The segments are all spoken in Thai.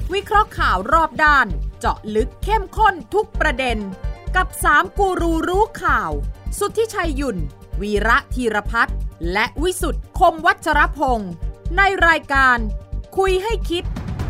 วิเคราะห์ข่าวรอบด้านเจาะลึกเข้มข้นทุกประเด็นกับ3กูรูรู้ข่าวสุทธิชัยหยุ่นวีระธีรพัฒน์และวิสุทธ์คมวัชรพงศ์ในรายการคุยให้คิด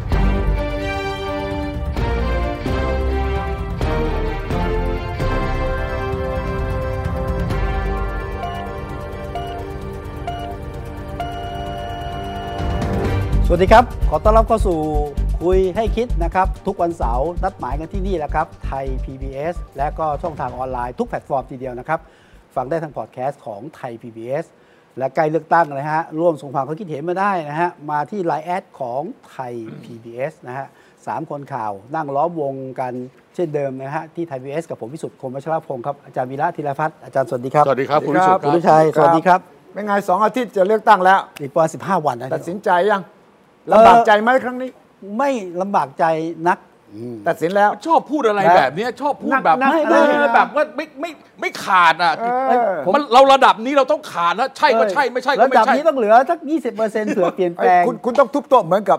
สวัสดีครับขอต้อนรับเข้าสู่คุยให้คิดนะครับทุกวันเสาร์นัดหมายกันที่นี่แหละครับไทย PBS และก็ช่องทางออนไลน์ทุกแพลตฟอร์มทีเดียวนะครับฟังได้ทางพอดแคสต์ของไทย PBS และใกล้เลือกตั้งนะฮะร่วมส่งความคิดเห็นมาได้นะฮะมาที่ LINE แอดของไทย PBS นะฮะ3คนข่าวนั่งล้อมวงกันเช่นเดิมนะฮะที่ไทย PBS กับผมวิสุทธิ์คมวัชรพงศ์ครับอาจารย์วีระธีรพัฒน์อาจารย์สวัสดีครับสวัสดีครับคุณวิสุทธิ์คุณชัยสวัสดีครับเป็นไง2 อาทิตย์จะเลือกตั้งแล้วอีกประมาณ15 วันนะตัดสินใจยังลำบากใจไหมครั้งนี้ไม่ลำบากใจนักตัดสินแล้วชอบพูดอะไรแบบนี้ชอบพูดแบบแบบว่าไม่ขาดอ่ะมันเราระดับนี้เราต้องขาดแล้วใช่ก็ใช่ไม่ใช่ก็ไม่ใช่ระดับนี้ต้องเหลือสัก 20% เผื่อเปลี่ยนแปลงคุณต้องทุบโต๊ะเหมือนกับ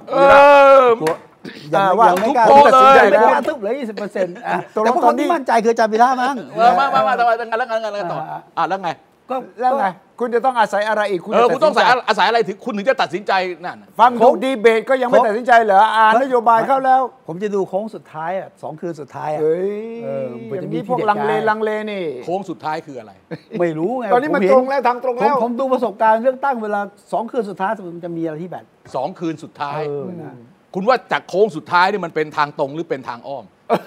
ว่าไม่กล้าตัดสินใจแล้วทุบเหลือ 20% แต่คนที่มั่นใจคืออาจารย์วีระมั้งมาแล้วต่อแล้วไงแล้วไงคุณจะต้องอาศัยอะไรอีกคุณต้องอาศัยอะไรถึงคุณถึงจะตัดสินใจนั่นฟังดูดีเบตก็ยังไม่ตัดสินใจเหรออ่านนโยบายเข้าแล้วผมจะดูโค้งสุดท้ายอ่ะ2 คืนสุดท้ายอ่ะอย่างนี้พวกลังเลนี่โค้งสุดท้ายคืออะไรไม่รู้ไงตอนนี้มันตรงแล้วทางตรงแล้วผมดูประสบการณ์เรื่องตั้งเวลา2 คืนสุดท้ายมันจะมีอะไรที่แบบ 2 คืนสุดท้ายคุณว่าจากโค้งสุดท้ายนี่มันเป็นทางตรงหรือเป็นทางอ้อม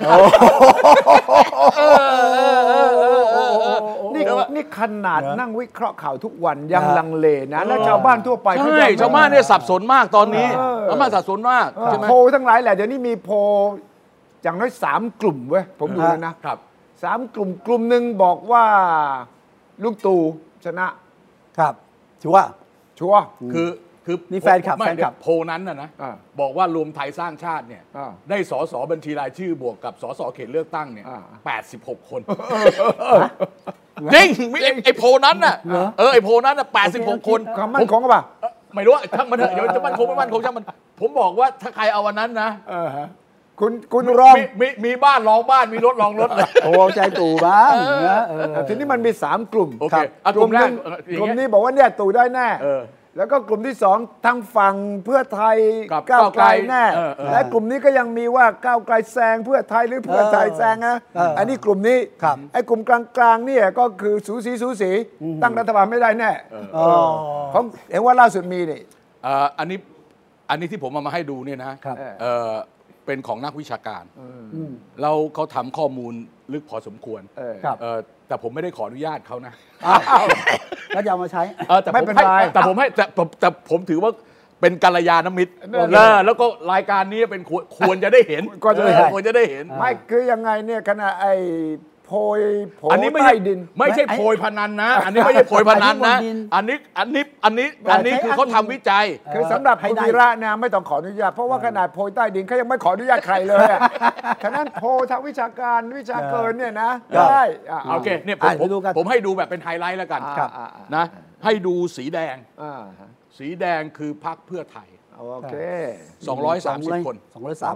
นี่ขนาดนั่งวิเคราะห์ข่าวทุกวันยังลังเลนะแล้วชาวบ้านทั่วไปใช่ชาวบ้านเนี่ยสับสนมากตอนนี้ชาวบ้านสับสนมากใช่ไหมโพลทั้งหลายแหละเดี๋ยวนี้มีโพลอย่างน้อย3 กลุ่มเว้ยผมดูนะครับ3 กลุ่มหนึ่งบอกว่าลุงตู่ชนะครับชัวร์คือนี่แฟนคลับโพนั้นนะบอกว่ารวมไทยสร้างชาติเนี่ยได้สสบัญชีรายชื่อบวกกับสสเขตเลือกตั้งเนี่ย86 คนจริงไอโพนั้นน่ะไอโพนั้นน่ะ86 คนความมั่นคงป่ะไม่รู้ช่างมันเถอะเดี๋ยวจะมั่นคงไม่มั่นคงช่างมันผมบอกว่าถ้าใครเอาวันนั้นนะคุณรองมีบ้านรองบ้านมีรถรองรถเลยโอ้ใจตู่บ้างทีนี้มันมี3 กลุ่มกลุ่มแรกกลุ่มนี้บอกว่าเนี่ยตู่ได้แน่แล้วก็กลุ่มที่2ทางฝั่งเพื่อไทยก้าวไกลแน่และกลุ่มนี้ก็ยังมีว่าก้าวไกลแซงเพื่อไทยหรือเพื่อไทยแซงนะอันนี้กลุ่มนี้ไอ้กลุ่มกลางๆเนี่ยก็คือสูสีตั้งรัฐบาลไม่ได้แน่ผมเห็นว่าล่าสุดมีนี่อันนี้ที่ผมเอามาให้ดูเนี่ยนะเป็นของนักวิชาการเขาทำข้อมูลลึกพอสมควรแต่ผมไม่ได้ขออนุญาตเขานะแล้วจะเอามาใช้ไม่เป็นไรแต่ผมถือว่าเป็นกัลยาณมิตรแล้วก็รายการนี้เป็นควรจะได้เห็นควรจะได้เห็นไม่คือยังไงเนี่ยขณะไอ้โพยอันนี้ไม่ใช่ดินไม่ใช่โพยพนันนะอันนี้ไม่ใช่โพยพนันนะอันนี้คือเขาทำวิจัยคือสำหรับคุณวีระนะไม่ต้องขออนุญาตเพราะว่าขนาดโพยใต้ดินเขายังไม่ขออนุญาตใครเลยฉะนั้นโพทางวิชาการวิชาเกินเนี่ยนะได้โอเคเนี่ยผมให้ดูแบบเป็นไฮไลท์แล้วกันนะให้ดูสีแดงคือพรรคเพื่อไทยโอเค 230 คน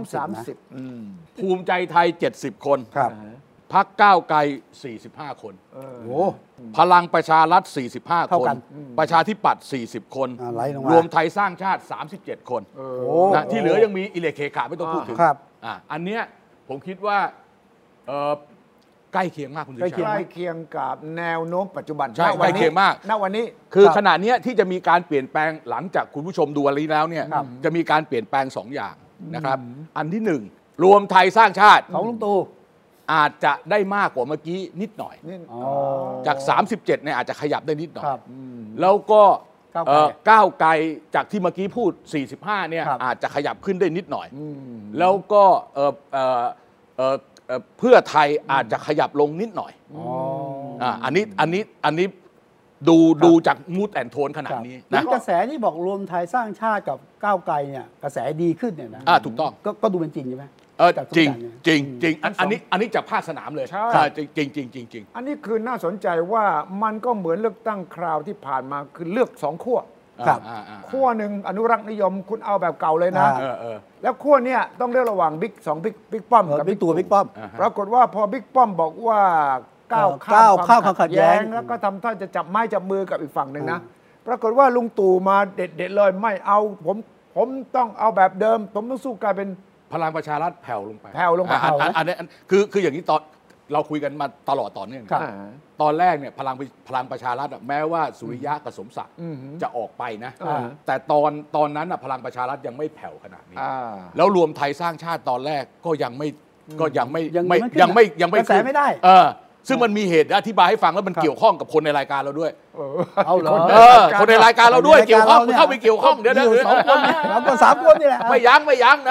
230 ภูมิใจไทย70 คนพรรคก้าวไกล45 คนพลังประชารัฐ45 คนประชาธิปัตย์40 คนรวมไทยสร้างชาติ37 คนนะที่เหลือยังมีอิเล็กเคขาไม่ต้องพูดถึงอันเนี้ยผมคิดว่าใกล้เคียงมากคุณสุชัยใกล้เคียงกับแนวโน้มปัจจุบันใช่ใกล้เคียงมากณวันนี้คือขณะนี้ที่จะมีการเปลี่ยนแปลงหลังจากคุณผู้ชมดูอะไรแล้วเนี่ยจะมีการเปลี่ยนแปลง2 อย่างนะครับอันที่1รวมไทยสร้างชาติของลุงตู่อาจจะได้มากกว่าเมื่อกี้นิดหน่อยจาก37เนี่ยอาจจะขยับได้นิดหน่อยแล้วก็ก้าวไกลจากที่เมื่อกี้พูด45เนี่ยอาจจะขยับขึ้นได้นิดหน่อยแล้วก็เพื่อไทยอาจจะขยับลงนิดหน่อยอันนี้ดูจากมูดแอนโทนขนาดนี้นะกระแสที่บอกรวมไทยสร้างชาติกับก้าวไกลเนี่ยกระแสดีขึ้นเนี่ยนะถูกต้องก็ดูเป็นจริงใช่ไหมจริงอันนี้จากภาคสนามเลยจริงอันนี้คือน่าสนใจว่ามันก็เหมือนเลือกตั้งคราวที่ผ่านมาคือเลือก2 ขั้วขั้วหนึ่งอนุรักษ์นิยมคุณเอาแบบเก่าเลยนะแล้วขั้วเนี้ยต้องเลือกระหว่างบิ๊กป้อมกับบิ๊กป้อมปรากฏว่าพอบิ๊กป้อมบอกว่าก้าวข้ามความขัดแย้งแล้วก็ทำท่าจะจับไม้จับมือกับอีกฝั่งหนึ่งนะปรากฏว่าลุงตู่มาเด็ดเลยไม่เอาผมต้องเอาแบบเดิมผมต้องสู้กลายเป็นพลังประชารัฐแผ่วลงไปอันนี้คืออย่างนี้ตอนเราคุยกันมาตลอดต่อเนื่องตอนแรกเนี่ยพลังประชารัฐแม้ว่าสุริยะกับสมศักดิ์จะออกไปนะแต่ตอนนั้นพลังประชารัฐยังไม่แผ่วขนาดนี้แล้วรวมไทยสร้างชาติตอนแรกก็ยังไม่กระแสไม่ได้ซึ่งมันมีเหตุอธิบายให้ฟังแล้วมันเกี่ยวข้องกับคนในรายการเราด้วยเอาเหรอคนในรายการเราด้วยเกี่ยวข้องเข้าไปเกี่ยวข้องเดี๋ยว 2 คนเราก็3 คนนี่แหละไม่ยั้งนะ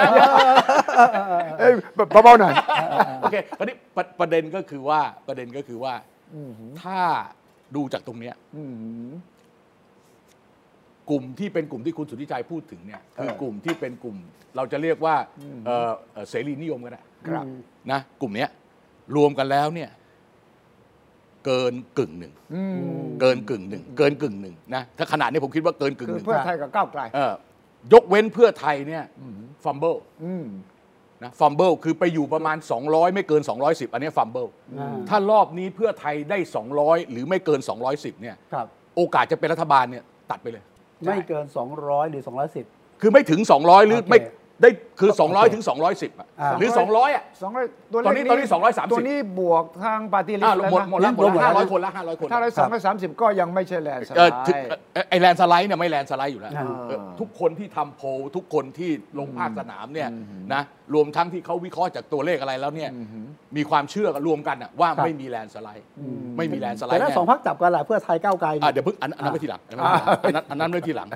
เบาๆหน่อยโอเคคราวนี้ประเด็นก็คือว่าถ้าดูจากตรงเนี้ยกลุ่มที่เป็นกลุ่มที่คุณสุทธิชัยพูดถึงเนี่ยคือกลุ่มที่เป็นกลุ่มเราจะเรียกว่าเสรีนิยมก็ได้นะกลุ่มเนี้ยรวมกันแล้วเนี่ยเกินกึ่งหนึ่งนะถ้าขนาดนี้ผมคิดว่าเกินกึ่งหนึ่งเพื่อไทยกับก้าวไกลยกเว้นเพื่อไทยเนี่ยฟัมเบิลนะฟัมเบิลคือไปอยู่ประมาณ200ไม่เกิน210อันนี้ฟัมเบิลถ้ารอบนี้เพื่อไทยได้200หรือไม่เกิน210เนี่ยโอกาสจะเป็นรัฐบาลเนี่ยตัดไปเลยไม่เกิน200หรือ210 คือไม่ถึง200หรือไม่ได้คือ200ถึง210หรือ200ตอนนี้230 ตัวนี้บวกทางปาร์ตี้ลิสต์หมดแล้ว500 คนถ้า 230ก็ยังไม่ใช่แลนด์สไลด์ไอแลนด์สไลด์เนี่ยไม่แลนด์สไลด์อยู่แล้วทุกคนที่ทำโพลทุกคนที่ลงภาคสนามเนี่ยนะรวมทั้งที่เขาวิเคราะห์จากตัวเลขอะไรแล้วเนี่ยมีความเชื่อกันรวมกันว่าไม่มีแลนด์สไลด์ไม่มีแลนด์สไลด์แต่ถ้า2 พรรคจับกันล่ะเพื่อไทยก้าวไกลเดี๋ยวพึ่งอันนั้นไว้ทีหลังอันนั้นไว้ทีหลัง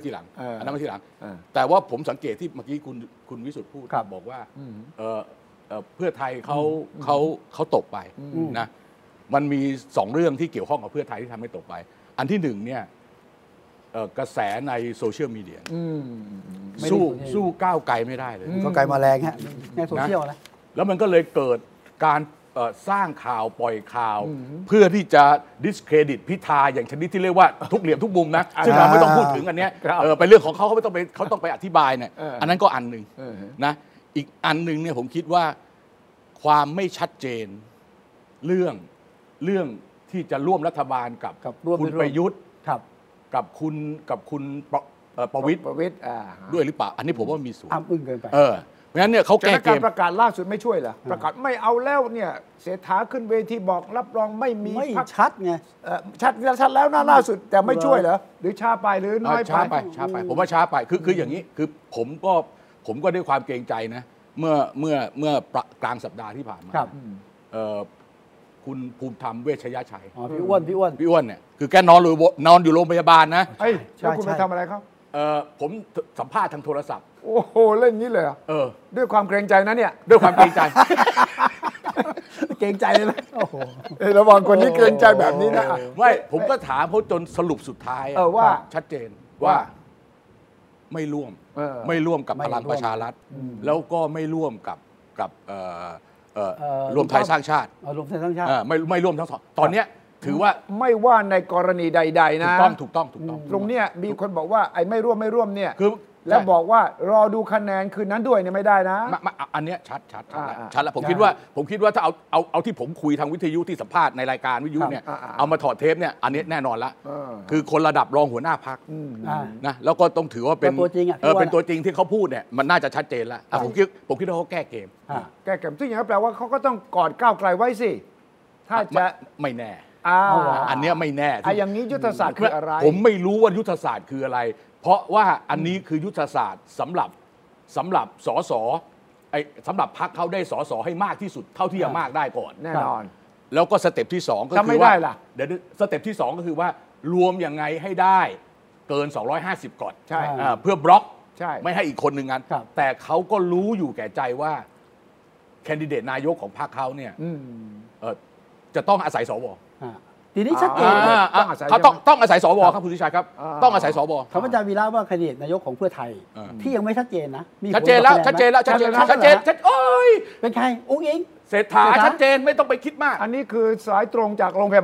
แต่ว่าผมสังเกตที่เมื่อกี้คุณวิสุทธิ์พูดบอกว่าเพื่อไทยเขาตกไปนะมันมี2 เรื่องที่เกี่ยวข้องกับเพื่อไทยที่ทำให้ตกไปอันที่1เนี่ยกระแสในโซเชียลมีเดียสู้ก้าวไกลไม่ได้เลยก้าวไกลมาแรงฮะในโซเชียลนะแล้วมันก็เลยเกิดการสร้างข่าวปล่อยข่าวเพื่อที่จะดิสเครดิตพิธาอย่างชนิดที่เรียกว่าทุกเหลี่ยมทุกมุมนะซึ่งเราไม่ต้องพูดถึงอันเนี้ยเป็นเรื่องของเขาต้องไปอธิบายเนี่ยอันนั้นก็อันหนึ่งนะอีกอันหนึ่งเนี่ยผมคิดว่าความไม่ชัดเจนเรื่องที่จะร่วมรัฐบาลกับคุณประยุทธ์กับคุณประวิตรด้วยหรือเปล่าอันนี้ผมว่ามีส่วนอึ้งเกินไปเพราะฉะนั้นเนี่ยเขาแก้เกมประกาศล่าสุดไม่ช่วยเหรอประกาศไม่เอาแล้วเนี่ยเศรษฐาขึ้นเวทีบอกรับรองไม่มีชัดไงชัดแล้วนะล่าสุดแต่ไม่ช่วยเหรอหรือช้าไปหรือน้อยช้าไปผมว่าช้าไปคืออย่างนี้คือผมก็ด้วยความเกรงใจนะเมื่อกลางสัปดาห์ที่ผ่านมาคุณภูมิธรรมเวชยชัยพี่อ้วนเนี่ยคือแกนอนอยู่โรงพยาบาลนะแล้วคุณไปทำอะไรครับผมสัมภาษณ์ทางโทรศัพท์โอ้โหเล่นงี้เลยด้วยความเกรงใจนะเนี่ยด้วยความเกรงใจเกรงใจเลยนะโอ้โหระวังคนนี้เกรงใจแบบนี้นะไม่ผมก็ถามเขาจนสรุปสุดท้ายว่าชัดเจนว่าไม่ร่วมกับพลังประชารัฐแล้วก็ไม่ร่วมกับรวมไทยสร้างชาติไม่ร่วมทั้งสองตอนเนี้ยถือว่าไม่ว่าในกรณีใดๆนะถูกต้องตรงเนี้ยมีคนบอกว่าไอ้ไม่ร่วมเนี่ยแล้วบอกว่ารอดูคะแนนคืนนั้นด้วยเนี่ยไม่ได้นะอันเนี้ยชัดแล้วผมคิดว่าถ้าเอาที่ผมคุยทางวิทยุที่สัมภาษณ์ในรายการวิทยุเนี่ยเอามาถอดเทปเนี่ยอันนี้แน่นอนละคือคนระดับรองหัวหน้าพรรคนะแล้วก็ต้องถือว่าเป็นตัวจริงเป็นตัวจริงที่เขาพูดเนี่ยมันน่าจะชัดเจนแล้วผมคิดว่าเขาแก้เกมซึ่งอย่างนั้นแปลว่าเขาก็ต้องกอดก้าวไกลไว้สิถ้าจะไม่แน่อันนี้ไม่แน่อย่างนี้ยุทธศาสตร์คืออะไรผมไม่รู้ว่ายุทธศาสตร์คืออะไรเพราะว่าอันนี้คือยุทธศาสตร์สำหรับสสสำหรับพรรคเขาได้สสให้มากที่สุดเท่าที่จะมากได้ก่อนแน่นอนแล้วก็สเต็ปที่2ก็คือว่าเดี๋ยวสเต็ปที่2ก็คือว่ารวมยังไงให้ได้เกิน250ก่อนใช่เพื่อบล็อกไม่ให้อีกคนหนึ่งงั้นแต่เขาก็รู้อยู่แก่ใจว่าแคนดิเดตนายกของพรรคเขาเนี่ยจะต้องอาศัยสวทีนี้ชัดเจนเขาต้องอาศัยสวครับคุณสุชัยครับต้องอาศัยสวคำอาจารย์วีระว่าแคนดิเดตนายกของเพื่อไทยที่ยังไม่ชัดเจนนะชัดเจนแล้วโอ้ยเป็นใครอุ๊งอิ๊งเศรษฐาชัดเจนไม่ต้องไปคิดมากอันนี้คือสายตรงจากโรงพยาบาล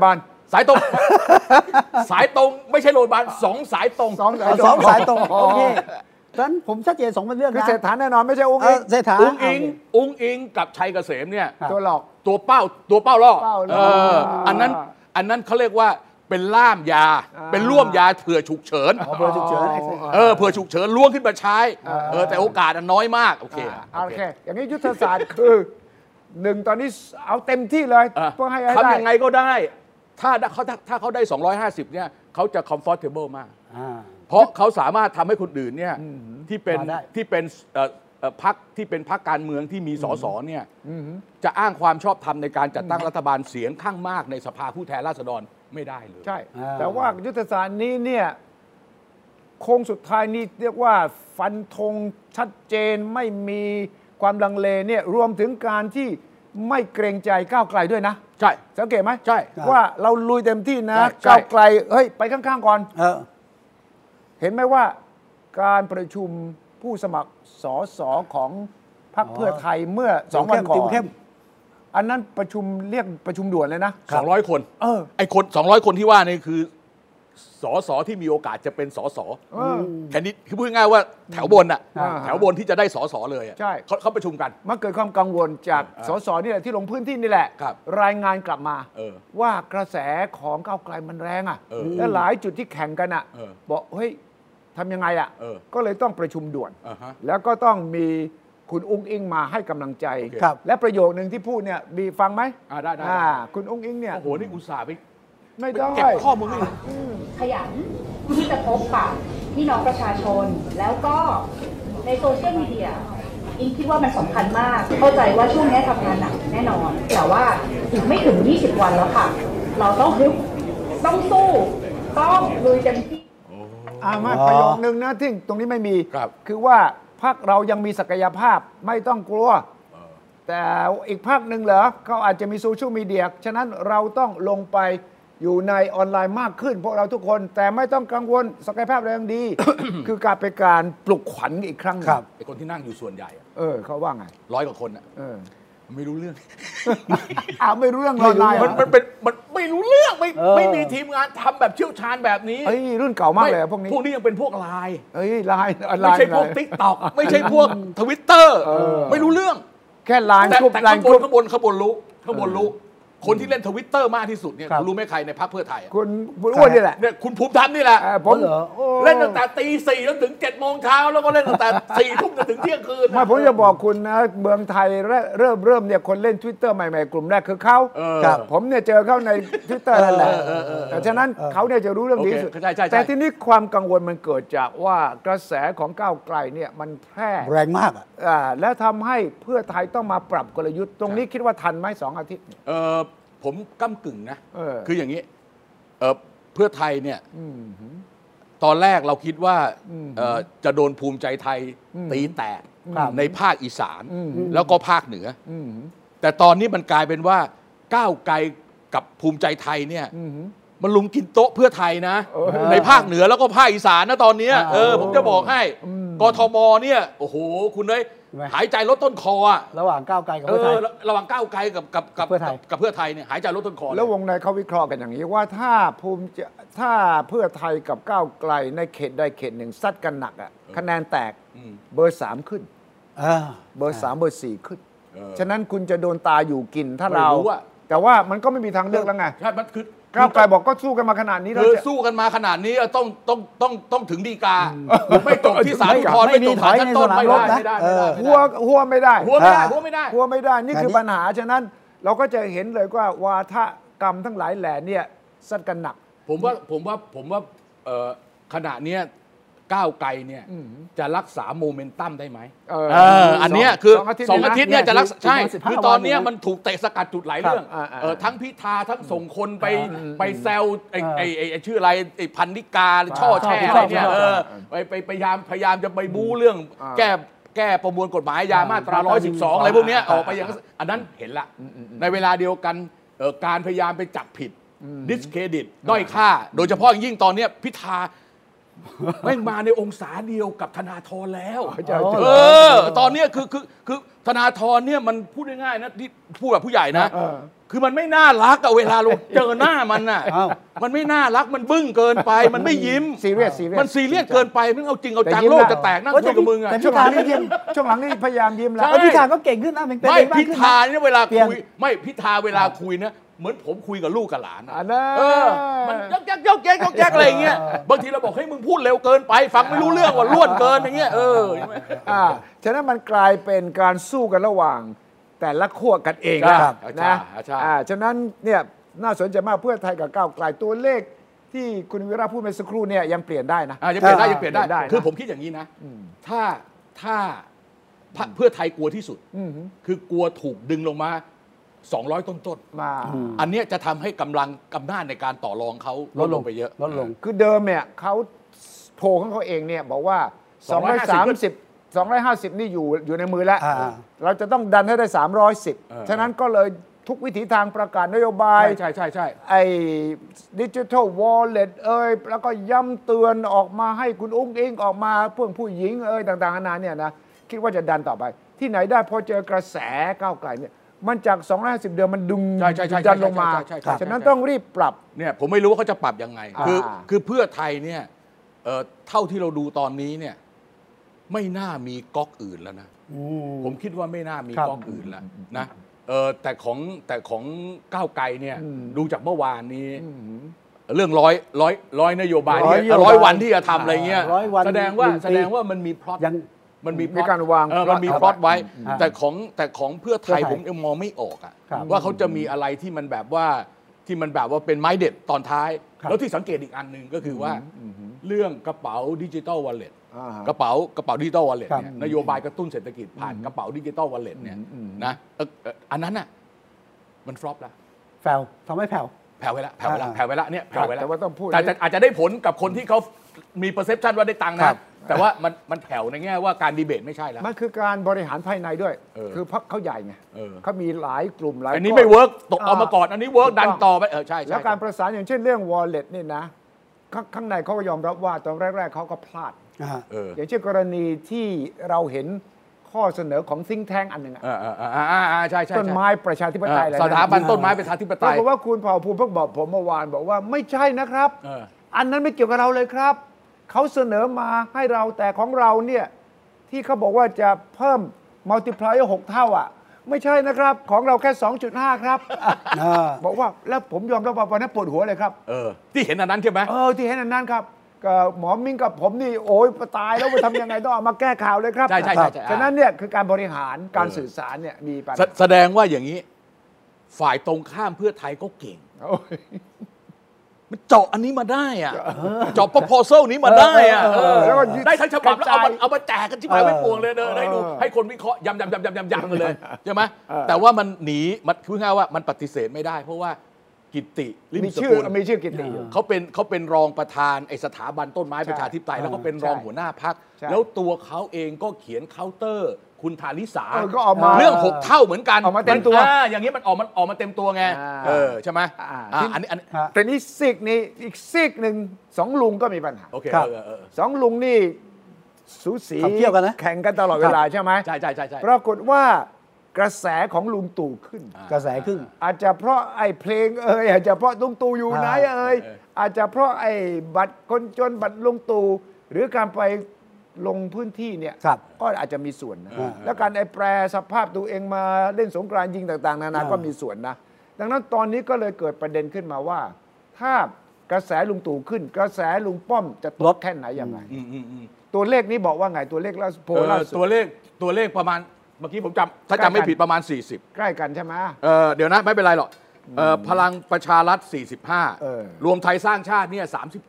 สายตรงสายตรงไม่ใช่โรงพยาบาล2 สายตรง 2 สายตรงโอเคฉะนั้นผมชัดเจน2เป็นเรื่องนะเศรษฐาแน่นอนไม่ใช่อุ้งอิงเศรษฐาอุ้งอิงกับชัยเกษมเนี่ยตัวหลอกตัวเป้าล่ออันนั้นเขาเรียกว่าเป็นล่ามยาเป็นร่วมยาเผื่อฉุกเฉินเผื่อฉุกเฉินเผื่อฉุกเฉินล้วงขึ้นมาใช้แต่โอกาสน้อยมากโอเคอย่างนี้ยุทธศาสตร์คือ1ตอนนี้เอาเต็มที่เลยเพื่อให้ได้ทำยังไงก็ได้ถ้าเขาได้250เนี่ยเขาจะ comfortable มากเพราะเขาสามารถทำให้คนอื่นเนี่ยที่เป็นพรรคที่เป็นพรรคการเมืองที่มีสสเนี่ยจะอ้างความชอบธรรมในการจัดตั้งรัฐบาลเสียงข้างมากในสภาผู้แทนราษฎรไม่ได้เลยใช่แต่ว่ายุทธศาสตร์นี้เนี่ยโค้งสุดท้ายนี่เรียกว่าฟันธงชัดเจนไม่มีความลังเลเนี่ยรวมถึงการที่ไม่เกรงใจก้าวไกลด้วยนะใช่สังเกตไหมใช่ว่าเราลุยเต็มที่นะก้าวไกลเฮ้ยไปข้างๆก่อนเห็นไหมว่าการประชุมผู้สมัครสสของพรรคเพื่อไทยเมื่อ2 วันก่อนอันนั้นประชุมเรียกประชุมด่วนเลยนะ 200 คนไอ้คน200 คนที่ว่านี่คือสสที่มีโอกาสจะเป็นสสแค่นี้คือพูดง่ายว่าแถวบนแถวบนที่จะได้สสเลยใช่เขาประชุมกันมันเกิดความกังวลจากสสนี่แหละที่ลงพื้นที่นี่แหละรายงานกลับมาว่ากระแสของก้าวไกลมันแรงและหลายจุดที่แข่งกันบอกเฮ้ยทำยังไงก็เลยต้องประชุมด่วนแล้วก็ต้องมีคุณอุ้งอิงมาให้กำลังใจและประโยคนึงที่พูดเนี่ยมีฟังไหมได้คุณอุ้งอิงเนี่ยโอ้โหนี่อุตส่าห์ไปไม่ได้เก็บข้อมูลนี่ขยันที่จะพบปะพี่น้องประชาชนแล้วก็ในโซเชียลมีเดียอิงคิดว่ามันสำคัญมากเข้าใจว่าช่วงนี้ทำงานหนักแน่นอนแต่ว่าอีกไม่ถึง20 วันแล้วค่ะเราต้องฮึบต้องสู้ต้องลุยเต็มที่มาประโยคนึงนะที่ตรงนี้ไม่มีคือว่าพรรคเรายังมีศักยภาพไม่ต้องกลัวแต่อีกพรรคหนึ่งเหรอเขาอาจจะมีโซเชียลมีเดียฉะนั้นเราต้องลงไปอยู่ในออนไลน์มากขึ้นพวกเราทุกคนแต่ไม่ต้องกังวลศักยภาพเรายังดี คือการเป็นการปลุกขวัญอีกครั้งครับไอ้คนที่นั่งอยู่ส่วนใหญ่เขาว่าไง 100 กว่าคนไม่รู้เรื่องไม่รู้เรื่องเลยมันไม่รู้เรื่องไม่มีทีมงานทำแบบเชี่ยวชาญแบบนี้รุ่นเก่ามากเลยพวกนี้ยังเป็นพวกไลน์ไลน์ไม่ใช่พวก TikTok ไม่ใช่พวก Twitter ไม่รู้เรื่องแค่ไลน์แต่ข้างบนรู้คนที่เล่นTwitterมากที่สุดเนี่ยคุณรู้ไหมใครในพรรคเพื่อไทยคุณอ้วนนี่แหละเนี่ยคุณภูมิธรรมนี่แหละผมเล่นตั้งแต่ตี 4จนถึง7 โมงเช้าแล้วก็เล่นตั้งแต่4 ทุ่มจนถึงเที่ยงคืนผมจะบอกคุณนะเมืองไทยเริ่มเนี่ยคนเล่น Twitter ใหม่ๆกลุ่มแรกคือเขาผมเนี่ยเจอเขาใน Twitter นั่นแหละแต่ฉะนั้นเขาเนี่ยจะรู้เรื่องนี้สุดแต่ทีนี้ความกังวลมันเกิดจากว่ากระแสของก้าวไกลเนี่ยมันแพร่แรงมากและทำให้เพื่อไทยต้องมาปรับกลยุทธ์ตรงนี้คิดว่าทันไหม2 อาทิตย์ผมก้ำกึ่งนะคืออย่างนี้เพื่อไทยเนี่ยตอนแรกเราคิดว่าจะโดนภูมิใจไทยตีแตกในภาคอีสานแล้วก็ภาคเหนือแต่ตอนนี้มันกลายเป็นว่าก้าวไกลกับภูมิใจไทยเนี่ยมันลุมกินโต๊ะเพื่อไทยนะในภาคเหนือแล้วก็ภาคอีสานนะตอนนี้ผมจะบอกให้กทมเนี่ยโอ้โหคุณเลยหายใจลดต้นคอระหว่างก้าวไกลกับเพื่อไทยระหว่างก้าวไกลกับเพื่อไทยเนี่ยหายใจลดต้นคอแล้ววงในเขาวิเคราะห์กันอย่างนี้ว่าถ้าเพื่อไทยกับก้าวไกลในเขตใดเขตหนึ่งซัดกันหนักคะแนนแตกเบอร์3ขึ้นเบอร์3เบอร์4ขึ้นฉะนั้นคุณจะโดนตาอยู่กินถ้าเราแต่ว่ามันก็ไม่มีทางเลือกแล้วไงใช่มันคือก้าวไกลบอกก็สู้กันมาขนาดนี้แล้วสู้กันมาขนาดนี้ต้องถึงฎีกาไม่จบที่ศาลอุทธรณ์ไม่จบศาลชั้นต้นไม่ได้หัวไม่ได้หัวไม่ได้นี่คือปัญหาฉะนั้นเราก็จะเห็นเลยว่าวาทกรรมทั้งหลายแหล่เนี่ยซัดกันหนักผมว่าขณะนี้ก้าวไกลเนี่ยจะรักษาโมเมนตัมได้ไหมอันนี้คือ2 อาทิตย์เนี่ยจะรักษาใช่คือตอนนี้มันถูกเตะสกัดจุดหลายเรื่องทั้งพิธาทั้งส่งคนไปแซวไอ้ชื่ออะไรไอ้พันนิกาช่อแช่อะไรเนี่ยพยายามจะไปบู๊เรื่องแก้ประมวลกฎหมายยามาตรา112อะไรพวกนี้ออกไปอย่างอันนั้นเห็นละในเวลาเดียวกันการพยายามไปจับผิดดิสเครดิตด้อยค่าโดยเฉพาะยิ่งตอนนี้พิธาแม่งมาในองศาเดียวกับธนาธรแล้วเอตอนนี้คือธนาธรเนี่ยมันพูดง่ายๆนะที่พูดกับผู้ใหญ่นะคือมันไม่น่ารักอะเวลาเราเจอหน้ามันน่ะมันไม่น่ารักมันบึ้งเกินไปมันไม่ยิ้มซีเรียสมันซีเรียสเกินไปมันเอาจริงเอาจังโลกจะแตกนั่งคุยกับมึงอะช่วงหลังนี่ยิ้มช่วงหลังนี่พยายามยิ้มแล้วพิธาก็เก่งขึ้นนะไม่พิธาเนี่ยเวลาคุยไม่พิธาเวลาคุยนะเหมือนผมคุยกับลูกกับหลานมันยกแยกอะไรอย่างเงี้ยบางทีเราบอกให้มึงพูดเร็วเกินไปฟังไม่รู้เรื่องว่าล้วนเกินอย่างเงี้ยฉะนั้นมันกลายเป็นการสู้กันระหว่างแต่ละขั้วกันเองนะฉะนั้นเนี่ยน่าสนใจมากเพื่อไทยกับก้าวไกลตัวเลขที่คุณวิระพูดเมื่อสักครู่เนี่ยยังเปลี่ยนได้นะยังเปลี่ยนได้คือผมคิดอย่างนี้นะถ้าเพื่อไทยกลัวที่สุดคือกลัวถูกดึงลงมา200 ต้นมาอันนี้จะทำให้กำลังอำนาจในการต่อรองเขาลดลงไปเยอะลดลงคือเดิมเนี่ยเขาโพลของเขาเองเนี่ยบอกว่า250นี่อยู่ในมือแล้วเราจะต้องดันให้ได้310ฉะนั้นก็เลยทุกวิถีทางประกาศนโยบายใช่ไอ้ดิจิทัลวอลเล็ตแล้วก็ย้ำเตือนออกมาให้คุณอุ้งอิงออกมาเพื่อผู้หญิงต่างๆนานาเนี่ยนะคิดว่าจะดันต่อไปที่ไหนได้พอเจอกระแสก้าวไกลเนี่ยมันจาก250เดือนมันดึงดันลงมาฉะนั้นต้องรีบปรับเนี่ยผมไม่รู้ว่าเขาจะปรับยังไงคือเพื่อไทยเนี่ยเท่าที่เราดูตอนนี้เนี่ยไม่น่ามีก๊อกอื่นแล้วนะผมคิดว่าไม่น่ามีก๊อกอื่นแล้วนะแต่ของก้าวไกลเนี่ยดูจากเมื่อวานนี้เรื่องร้อยนโยบาย100 วันที่จะทำอะไรเงี้ยแสดงว่ามันมีพล็อตมันมีการวางมันมีพล็อตไว้แต่ของเพื่อไทยผมยังมองไม่ออกว่าเขาจะมีอะไรที่มันแบบว่าเป็นไม้เด็ดตอนท้ายแล้วที่สังเกตอีกอันหนึ่งก็คือว่าเรื่องกระเป๋าดิจิตอลวอลเล็ตกระเป๋าดิจิตอลวอลเล็ตเนี่ยนโยบายกระตุ้นเศรษฐกิจผ่านกระเป๋าดิจิตอลวอลเล็ตเนี่ยนะอันนั้นน่ะมันฟลอปแล้วแผวทำให้แผ่วไปแล้วเนี่ยแผ่วไปแล้วแต่ว่าต้องพูดแต่อาจจะได้ผลกับคนที่เขามีเปอร์เซพชันว่าได้ตังค์นะแต่ว่ามันแผ่วในแง่ว่าการดีเบตไม่ใช่แล้วมันคือการบริหารภายในด้วยคือพรรคเขาใหญ่ไงเขามีหลายกลุ่มหลายอันนี้ไม่เวิร์กตกเอามาก่อนอันนี้เวิร์กดันต่อไปใช่แล้วการประสานอย่างเช่นเรื่อง wallet นี่นะข้างในเขาก็ยอมรับว่าตอนแรกๆเขาก็พลาดอย่างเช่นกรณีที่เราเห็นข้อเสนอของthink tank อันหนึ่งใช่ต้นไม้ประชาธิปไตยสถาบันต้นไม้ประชาธิปไตยเพราะว่าคุณเผ่าภูมิเพิ่งบอกผมเมื่อวานบอกว่าไม่ใช่นะครับอันนั้นไม่เกี่ยวกับเราเลยครับเขาเสนอมาให้เราแต่ของเราเนี่ยที่เขาบอกว่าจะเพิ่ม multiplier 6 เท่าไม่ใช่นะครับของเราแค่ 2.5 ครับบอกว่าแล้วผมยอมรับว่าวันนั้นปวดหัวเลยครับที่เห็นอันนั้นใช่ไหมที่เห็นอันนั้นครับหมอมิ้งกับผมนี่โอ้ยตายแล้วไปทำยังไงต้องเอามาแก้ข่าวเลยครับใช่ฉะนั้นเนี่ยคือการบริหารการสื่อสารเนี่ยมีปัญหาแสดงว่าอย่างนี้ฝ่ายตรงข้ามเพื่อไทยก็เก่งมันเจาะอันนี้มาได้เจาะ proposal นี้มาได้แล้วได้ทั้งฉบับแล้วเอามาแจกกันที่หมายไว้ปวงเลยให้ดูให้คนวิเคราะห์ยำกันเลยใช่ไหมแต่ว่ามันหนีมันคือง่ายว่ามันปฏิเสธไม่ได้เพราะว่ากิตติลิมสกุลมีชื่อกิตติเขาเป็นรองประธานไอสถาบันต้นไม้ประชาธิปไตยแล้วก็เป็นรองหัวหน้าพรรคแล้วตัวเขาเองก็เขียนเคาน์เตอร์คุณธาริสาเรื่อง6 เท่าเหมือนกันออกมาเต็มตัวอย่างนี้มันออกมาเต็มตัวไงใช่ไหมอันนี้แต่นี่ซีกนี้อีกซีกหนึ่ง2 ลุงก็มีปัญหา2 ลุงนี่สูสีแข่งกันตลอดเวลาใช่ไหมใช่ปรากฏว่ากระแสของลุงตู่ขึ้นกระแสขึ้นอาจจะเพราะไอ้เพลงอาจจะเพราะลุงตู่อยู่ไหนอาจจะเพราะไอ้บัตรคนจนบัตรลุงตู่หรือการไปลงพื้นที่เนี่ยก็อาจจะมีส่วนนะแล้วการแปรสภาพตัวเองมาเล่นสงกรานต์ยิงต่างๆนานาก็มีส่วนนะดังนั้นตอนนี้ก็เลยเกิดประเด็นขึ้นมาว่าถ้ากระแสลุงตู่ขึ้นกระแสลุงป้อมจะลดแค่ไหนยังไงตัวเลขนี้บอกว่าไงตัวเลขล่าสุดตัวเลขประมาณเมื่อกี้ผมถ้าจำไม่ผิดประมาณ40 ใกล้กันใช่ไหมเดี๋ยวนะไม่เป็นไรหรอกพลังประชารัฐ45รวมไทยสร้างชาติเนี่ย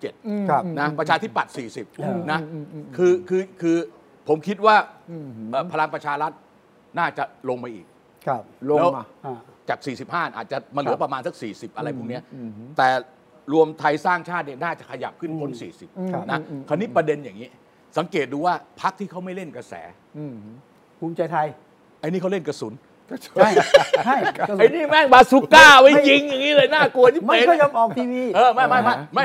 37นะประชาธิปัตย์40นะคือผมคิดว่าพลังประชารัฐน่าจะลงมาอีกลงมาจาก45อาจจะมาเหลือประมาณสัก40อะไรพวกนี้แต่รวมไทยสร้างชาติเนี่ยน่าจะขยับขึ้นพ้น40นะคราวนี้ประเด็นอย่างนี้สังเกตดูว่าพรรคที่เขาไม่เล่นกระแสภูมิใจไทยไอ้นี่เขาเล่นกระสุนใช่ไอ้นี่แม่งบาซูก้าไว้ยิงอย่างนี้เลยน่ากลัวที่ไม่ก็ยอมออกทีวีไม่แล้ว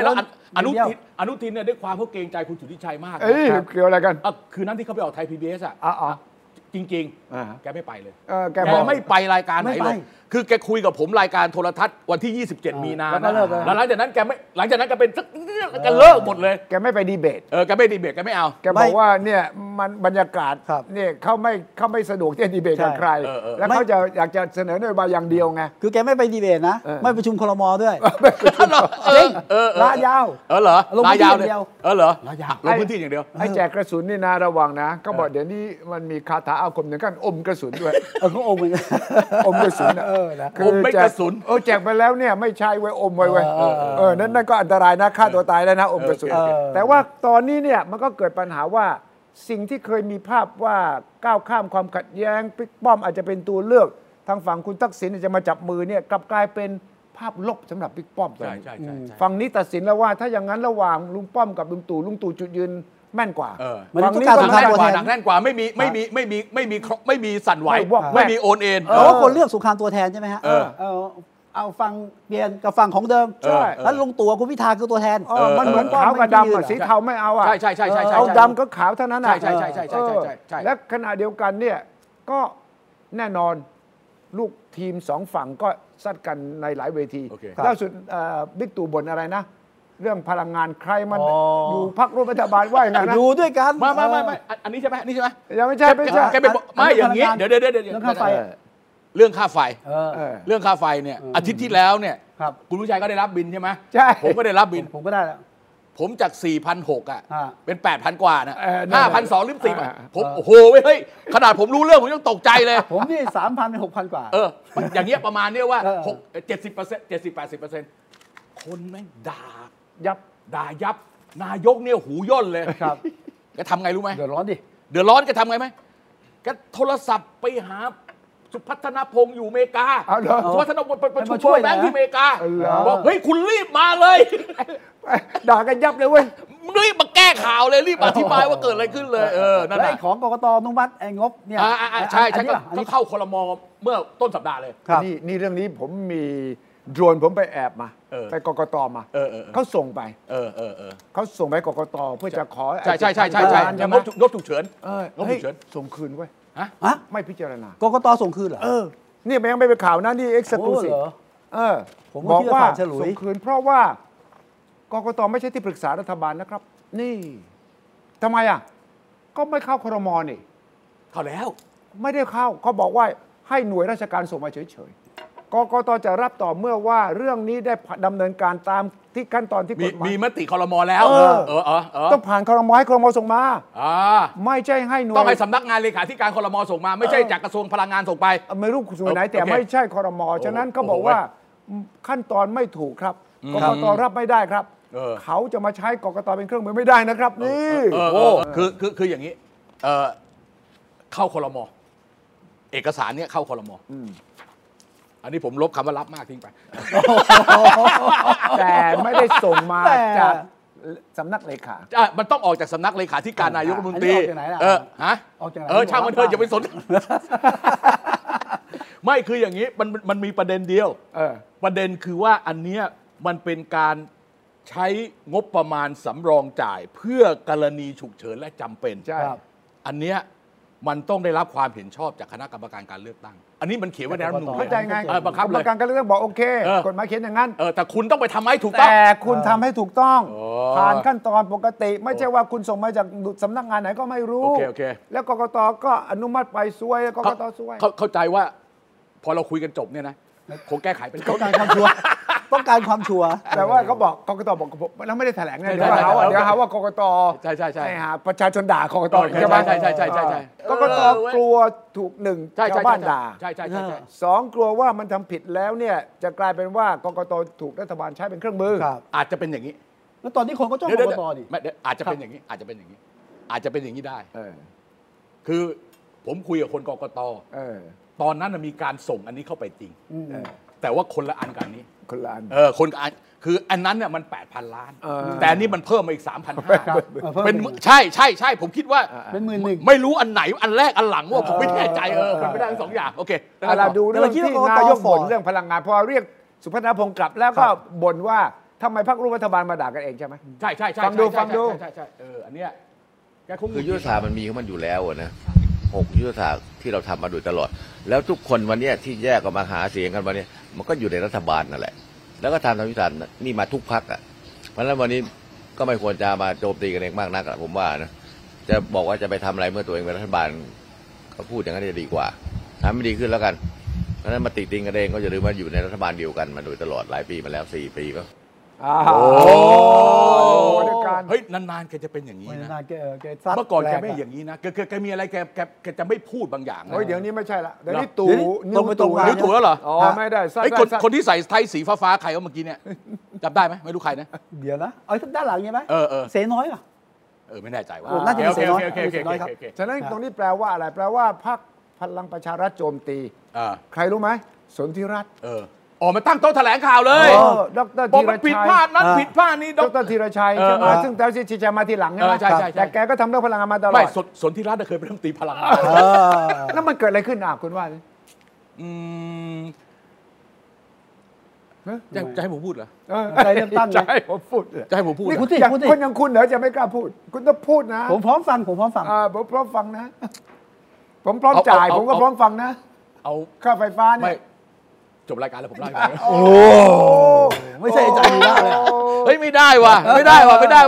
อนุทินเนี่ยด้วยความเขาเกรงใจคุณสุทธิชัยมากเกี่ยวอะไรกันคืนนั้นที่เขาไปออกไทย PBS อ่ะจริงๆแกไม่ไปเลยแกไม่ไปรายการไหนเลยคือแกคุยกับผมรายการโทรทัศน์วันที่27 มีนานะแล้วหลังจากนั้นแกเป็นแกเลิกหมดเลยแกไม่ไปดีเบตแกไม่ดีเบตแกไม่เอาแกบอกว่าเนี่ยมันบรรยากาศเนี่ยเขาไม่สะดวกที่จะดีเบตกับใครแล้วเขาจะอยากจะเสนอนโยบายอย่างเดียวไงคือแกไม่ไปดีเบตนะไม่ประชุมครม.ด้วยจริงลายาวเหรอลายาวเลยเหรอลายาวลงพื้นที่อย่างเดียวให้แจกกระสุนนี่นะระวังนะก็บอกเดี๋ยวนี้มันมีคาถาอาคมถึงขั้นอมกระสุนด้วยเขาอมกระสุนอมไม่กระสุนแจกไปแล้วเนี่ยไม่ใช่ไว้อมไว้นั่นก็อันตรายนะฆ่าตัวตายแล้วนะอมกระสุนแต่ว่าตอนนี้เนี่ยมันก็เกิดปัญหาว่าสิ่งที่เคยมีภาพว่าก้าวข้ามความขัดแย้งบิ๊กป้อมอาจจะเป็นตัวเลือกทางฝั่งคุณทักษิณจะมาจับมือเนี่ยกลับกลายเป็นภาพลบสำหรับบิ๊กป้อมฝั่งนี้ตัดสินแล้วว่าถ้าอย่างนั้นระหว่างลุงป้อมกับลุงตู่จุดยืนแม่นกว่าฝั่งนี้ก็แน่นกว่าหนักแน่นกว่าไม่มีสั่นไหวไม่มีโอนเอ็นแต่ว่าคนเลือกสงครามตัวแทนใช่ไหมฮะเอาฟังเปลี่ยนกับฝั่งของเดิมใช่แล้วลุงตู่คุณพิธาคือตัวแทนมันเหมือนขาวกับดำสีเทาไม่เอาใช่เอาดำก็ขาวเท่านั้นใช่และขณะเดียวกันเนี่ยก็แน่นอนลูกทีม2ฝั่งก็ซัดกันในหลายเวทีล่าสุดบิ๊กตู่บ่นอะไรนะเรื่องพลังงานใครมันอยู่พรรคร่วมรัฐบาลว่าอย่างไรนะอยู่ด้วยกันไม่อันนี้ใช่ไหมยังไม่ใช่แกไม่อย่างนี้เดี๋ยวเรื่องค่าไฟเรื่องค่าไฟเนี่ยอาทิตย์ที่แล้วเนี่ยคุณผู้ชายก็ได้รับบินใช่ไหมใช่ผมก็ได้รับบินผมก็ได้แล้วผมจาก 4,600 อ่ะเป็น 8,000 กว่านะ5,200 หรือ 4,000ผมโอ้โหเฮ้ยขนาดผมรู้เรื่องผมยังตกใจเลยผมนี่ 3,000 เป็น 6,000 กว่าอย่างเงี้ยประมาณเนี้ยว่า 70% 70-80%คนแม่งด่ายับนายกเนี่ยหูย่นเลยครับแกทำไงรู้ไหมเดือดร้อนแกทำไงไหมแกโทรศัพท์ไปหาสุพัฒนพงศ์อยู่อเมริกาสุพัฒนพงศ์ไปประชุมแบงค์ที่อเมริกาบอกเฮ้ยคุณรีบมาเลยด่ากันยับเลยเว้ยรีบมาแก้ข่าวเลยรีบอธิบายว่าเกิดอะไรขึ้นเลยนั่นแหละของกกต.อนุมัติงบเนี่ยใช่ก็เข้าครม.เมื่อต้นสัปดาห์เลยนี่เรื่องนี้ผมมีโดรนผมไปแอบมาไปกกต.มาเขาส่งไปเขาส่งไปกกต.เพื่อจะขอใช่งบฉุกเฉินส่งคืนไว้ไม่พิจารณากกต.ส่งคืนเหรอนี่ยังไม่เป็นข่าวนะนี่เอ็กซ์คลูซีฟบอกว่าส่งคืนเพราะว่ากกต.ไม่ใช่ที่ปรึกษารัฐบาลนะครับนี่ทำไมก็ไม่เข้าครม.นี่เข้าแล้วไม่ได้เข้าเขาบอกว่าให้หน่วยราชการส่งมาเฉยๆกกต.จะรับต่อเมื่อว่าเรื่องนี้ได้ดำเนินการตามที่ขั้นตอนที่กฎหมายมีมติครม.แล้วต้องผ่านครม.ให้ครม.ส่งมาไม่ใช่ให้หน่วยต้องให้สำนักงานเลขาธิการครม.ส่งมาไม่ใช่จากกระทรวงพลังงานส่งไปไม่รู้ส่วนไหนแต่ไม่ใช่ครม.ฉะนั้นเขาบอกว่าขั้นตอนไม่ถูกครับกกต.รับไม่ได้ครับเขาจะมาใช้กกต.เป็นเครื่องมือไม่ได้นะครับนี่คืออย่างนี้เข้าครม.เอกสารเนี่ยเข้าครม.อันนี้ผมลบคำว่ารับมากทิ้งไปแต่ไม่ได้ส่งมาจากสำนักเลขามันต้องออกจากสำนักเลขาธิการนายกรัฐมนตรีช่างมันเถอะอย่าไปสนไม่คืออย่างนี้มันมีประเด็นเดียวประเด็นคือว่าอันเนี้ยมันเป็นการใช้งบประมาณสำรองจ่ายเพื่อกรณีฉุกเฉินและจำเป็นอันเนี้ยมันต้องได้รับความเห็นชอบจากคณะกรรมการการเลือกตั้งอันนี้มันเขียนไว้ในรัฐธรรมนูญเข้าใจไงกรรมการการเลือกตั้งบอกโอเคกฎหมายเขียนอย่างนั้นแต่คุณต้องไปทำให้ถูกต้องแต่คุณทำให้ถูกต้องผ่านขั้นตอนปกติไม่ใช่ว่าคุณส่งมาจากสำนักงานไหนก็ไม่รู้แล้วกกต.ก็อนุมัติไปซวยกกต.ซวยเข้าใจว่าพอเราคุยกันจบเนี่ยนะคงแก้ไขเป็นต้องการความชัวร์ต้องการความชัวร์แต่ว่าเขาบอกกกต.บอกแล้วไม่ได้แถลงไงเดี๋ยวหาว่ากกต. ใช่หาประชาชนด่ากกต. ใช่ไหมใช่กกต.กลัวถูกชาวบ้านด่าสองกลัวว่ามันทำผิดแล้วเนี่ยจะกลายเป็นว่ากกต.ถูกรัฐบาลใช้เป็นเครื่องมืออาจจะเป็นอย่างนี้แล้วตอนนี้คนก็จ้องกกต.ดิอาจจะเป็นอย่างนี้อาจจะเป็นอย่างนี้ได้คือผมคุยกับคนกกต.ตอนนั้นมีการส่งอันนี้เข้าไปจริงแต่ว่าคนละอันกันนี้คนละอันคนละอันคืออันนั้นเนี่ยมัน 8,000 ล้านแต่อันนี้มันเพิ่มมาอีก 3,500 เป็นใช่ผมคิดว่าเป็น11,000 ไม่รู้อันไหนอันแรกอันหลังว่าผมไม่แน่ใจเป็นไม่ได้ทั้งสองอย่างโอเคเราดูเรื่องที่นายกบ่นเรื่องพลังงานพอเรียกสุพัฒนพงศ์กลับแล้วก็บ่นว่าทำไมพรรคร่วมรัฐบาลมาด่ากันเองใช่ไหมใช่ฟังดูใช่อันเนี้ยแกคงคือยุทธศาสตร์มันมีของมันอยู่แล้วนะ6ยุทธศาสตร์ที่เราทำมาโดยตลอดแล้วทุกคนวันนี้ที่แยกออกมาหาเสียงกันวันนี้มันก็อยู่ในรัฐบาลนั่นแหละแล้วก็ทำยุทธศาสตร์นี่มาทุกพรรคอ่ะเพราะฉะนั้นวันนี้ก็ไม่ควรจะมาโจมตีกันเองมากนักผมว่านะจะบอกว่าจะไปทำอะไรเมื่อตัวเองเป็นรัฐบาลก็พูดอย่างนั้นจะดีกว่าทำไม่ดีขึ้นแล้วกันเพราะฉะนั้นมาติติงกันเองก็อย่าลืมว่าอยู่ในรัฐบาลเดียวกันมาโดยตลอดหลายปีมาแล้ว4 ปีก็โอ้เฮ้ยนานๆแกจะเป็นอย่างนี้นะเมื่อก่อนแกไม่อย่างนี้นะแกมีอะไรแกจะไม่พูดบางอย่างเดี๋ยวนี้ไม่ใช่ละเดี๋ยวนี้ตู่ตู่แล้วเหรออ๋อไม่ได้คนที่ใส่ไทยสีฟ้าใครเมื่อกี้เนี่ยจำได้ไหมไม่รู้ใครนะเดี๋ยวนะด้านหลังใช่ไหมเสน้อยอ่ะไม่แน่ใจว่าน่าจะเป็นเสน้อยครับฉะนั้นตรงนี้แปลว่าอะไรแปลว่าพรรคพลังประชารัฐโจมตีใครรู้ไหมสนธิรัตน์มาตั้งโต๊ะแถลงข่าวเลยดร.ธีรชัยผิดพลาดนั้นผิดพลาดนี้ดร.ธีรชัยใช่ไหมซึ่งแต่ชี้แจงมาทีหลังใช่ไหมแต่แกก็ทำเรื่องพลังงานมาตลอดไม่สนธิรัตน์เคยเป็นรัฐมนตรีพลังงานแล้วมันเกิดอะไรขึ้นคุณว่าจะให้ผมพูดเหรออะไรเรื่องตั้งจะให้ผมพูดจะให้ผมพูดคนอย่างคุณเหรอจะไม่กล้าพูดคุณต้องพูดนะผมพร้อมฟังผมพร้อมฟังนะผมพร้อมจ่ายผมก็พร้อมฟังนะเอาค่าไฟฟ้าเนี่ยจบรายการแล้วผมไล่ไปโอ้ไม่ใช่ใจดีมากเลยเฮ้ยไม่ได้ว่ะไม่ได้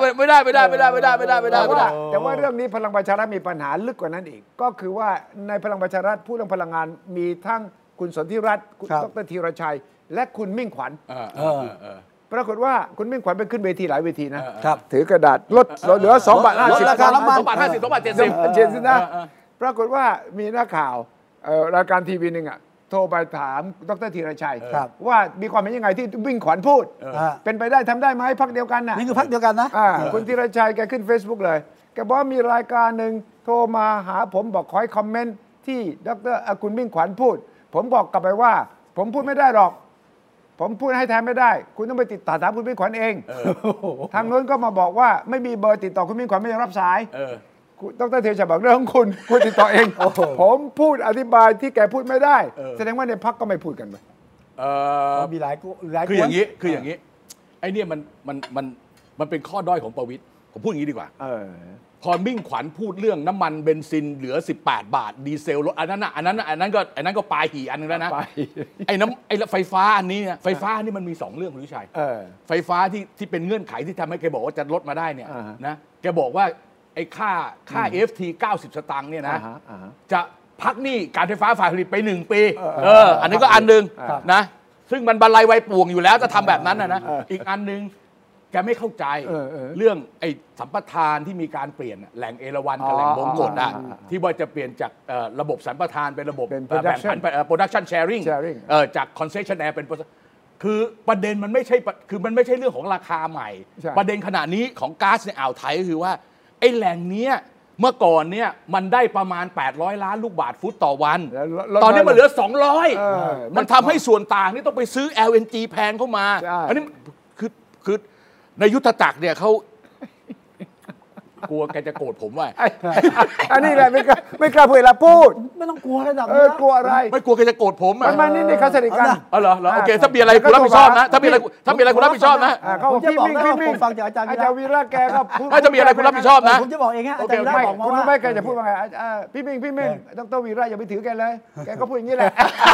แต่ว่าเรื่องนี้พลังประชารัฐมีปัญหาลึกกว่านั้นอีกก็คือว่าในพลังประชารัฐผู้เรื่องพลังงานมีทั้งคุณสนธิรัตน์คุณดร.ธีรชัยและคุณมิ่งขวัญปรากฏว่าคุณมิ่งขวัญไปขึ้นเวทีหลายเวทีนะถือกระดาษลดเหลือ2 บาท 50 ราคาน้ำมัน 2 บาท 50 2 บาท 70นะปรากฏว่ามีนักข่าวรายการทีวีนึงโทรไปถามดร.ธีรชัยว่ามีความเห็นยังไงที่มิ่งขวัญพูดเป็นไปได้ทำได้ไหมพรรคเดียวกันน่ะนี่คือพรรคเดียวกันนะคุณธีรชัยแกขึ้น Facebook เลยแกบอกว่ามีรายการหนึ่งโทรมาหาผมบอกขอให้คอมเมนต์ที่ดร.คุณมิ่งขวัญพูดผมบอกกลับไปว่าผมพูดไม่ได้หรอกผมพูดให้แทนไม่ได้คุณต้องไปติดต่อถามคุณมิ่งขวัญเองทางโน้นก็มาบอกว่าไม่มีเบอร์ติดต่อคุณมิ่งขวัญไม่ยอมรับสายดร.ธีรชัยบอกเรื่องของคุณติดต่อเองผมพูดอธิบายที่แกพูดไม่ได้แสดงว่าในพรรคก็ไม่พูดกันไปมีหลายคืออย่างนี้ไอ้นี่มันเป็นข้อด้อยของประวิตรผมพูดอย่างนี้ดีกว่าพอมิ่งขวัญพูดเรื่องน้ำมันเบนซินเหลือ18 บาทดีเซลลดอันนั้นก็ปลายหี่อันนึงแล้วนะไอ้ไฟฟ้าอันนี้เนี่ยไฟฟ้านี่มันมี2เรื่องคุณวิชัยไฟฟ้าที่เป็นเงื่อนไขที่ทำให้แกบอกว่าจะลดมาได้เนี่ยนะแกบอกว่าไอ้ค่า FT 90 สตางค์เนี่ยนะจะพักหนี้การไฟฟ้าฝ่ายผลิตไป1 ปีอันนี้ก็อันนึงนะซึ่งมันบรรลัยไวป่วงอยู่แล้วจะทำแบบนั้นนะอีกอันนึงแกไม่เข้าใจเรื่องไอ้สัมปทานที่มีการเปลี่ยนแหล่งเอราวัณกับแหล่งบงกฎที่ว่าจะเปลี่ยนจากระบบสัมปทานเป็นระบบแบ่งปันproduction sharing จาก concessionaire เป็นคือประเด็นมันไม่ใช่มันไม่ใช่เรื่องของราคาใหม่ประเด็นขณะนี้ของก๊าซในอ่าวไทยก็คือว่าไอ้แหล่งนี้เมื่อก่อนเนี่ยมันได้ประมาณ800 ล้านลูกบาศก์ฟุตต่อวันตอนนี้มันเหลือ200มันทำให้ส่วนต่างนี่ต้องไปซื้อ LNG แพงเข้ามาอันนี้คือในยุทธจักรเนี่ยเขากลัวแกจะโกรธผมว่าอันนี้แหละไม่กล้าพูดละพูดไม่ต้องกลัวระดับกลัวอะไรไม่กลัวแกจะโกรธผมมันนี่เขาสนิทกันเหรอโอเคถ้ามีอะไรคุณรับผิดชอบนะถ้ามีอะไรคุณรับผิดชอบนะผมจะบอกผมฟังจากอาจารย์วีระแกก็พูดถ้าจะมีอะไรคุณรับผิดชอบนะผมจะบอกเองฮะอาจารย์วีระบอกมาว่าไม่แกจะพูดว่าไงพี่มิ่งดร.วีระอย่าไปถือแกเลยแกก็พูดอย่างนี้แหละ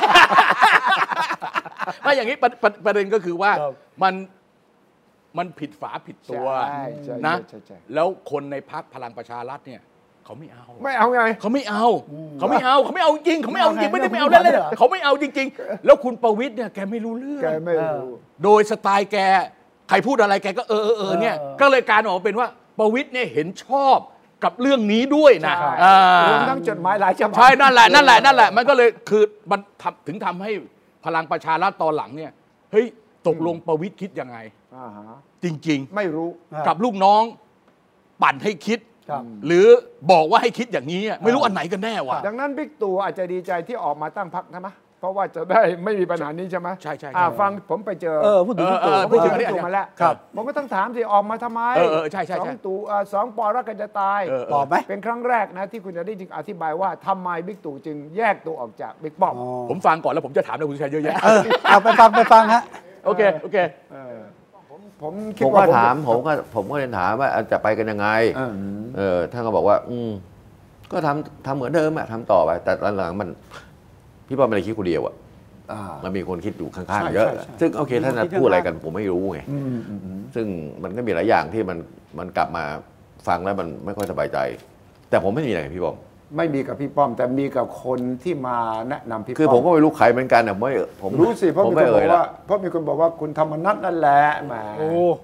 ไม่อย่างนี้ประเด็นก็คือว่ามันผิดฝาผิดตัวนะแล้วคนในพรรคพลังประชารัฐเนี่ยเขาไม่เอาไงเขาไม่เอาจริงเขาไม่เอาจริงไม่ได้ไม่เอาเล่นๆเขาไม่เอาจริงๆแล้วคุณประวิตรเนี่ยแกไม่รู้เรื่องโดยสไตล์แกใครพูดอะไรแกก็เนี่ยก็เลยการออกเป็นว่าประวิตรเนี่ยเห็นชอบกับเรื่องนี้ด้วยนะรวมทั้งจดหมายหลายฉบับใช่นั่นแหละมันก็เลยคือมันถึงทำให้พลังประชารัฐตอนหลังเนี่ยเฮ้ยตกลงประวิตรคิดยังไงจริงๆไม่รู้กับลูกน้องปั่นให้คิดหรือบอกว่าให้คิดอย่างนี้ไม่รู้อันไหนกันแน่วะดังนั้นบิ๊กตู่อาจจะดีใจที่ออกมาตั้งพรรคใช่ไหมเพราะว่าจะได้ไม่มีปัญหานี้ใช่ไหมใช่ฟังผมไปเจอพูดถึงบิ๊กตู่มาแล้วผมก็ต้องถามสิออกมาทำไมใช่ 2 ปอรักกันจะตายตอบไหมเป็นครั้งแรกนะที่คุณจะได้อธิบายว่าทำไมบิ๊กตู่จึงแยกตัวออกจากบิ๊กป้อมผมฟังก่อนแล้วผมจะถามนายคุณชัยเยอะแยะเอาไปฟังฮะโอเคผมก็ถามผมก็เรียนถามว่าจะไปกันยังไงท่านก็บอกว่าก็ทำเหมือนเดิมอะทำต่อไปแต่หลังๆมันพี่ป้อมไม่ได้คิดคนเดียวอะมันมีคนคิดอยู่ข้างๆเยอะซึ่งโอเคท่านจะพูดอะไรกันผมไม่รู้ไงซึ่งมันก็มีหลายอย่างที่มันกลับมาฟังแล้วมันไม่ค่อยสบายใจแต่ผมไม่มีอะไรกับพี่ป้อมไม่มีกับพี่ป้อมแต่มีกับคนที่มาแนะนำพี่ป้อมคือผมก็ไม่รู้ใครเหมือนกันผมรู้สิเพราะมีคนบอกว่าคุณธรรมนัสนั่นแหละแหมโอ้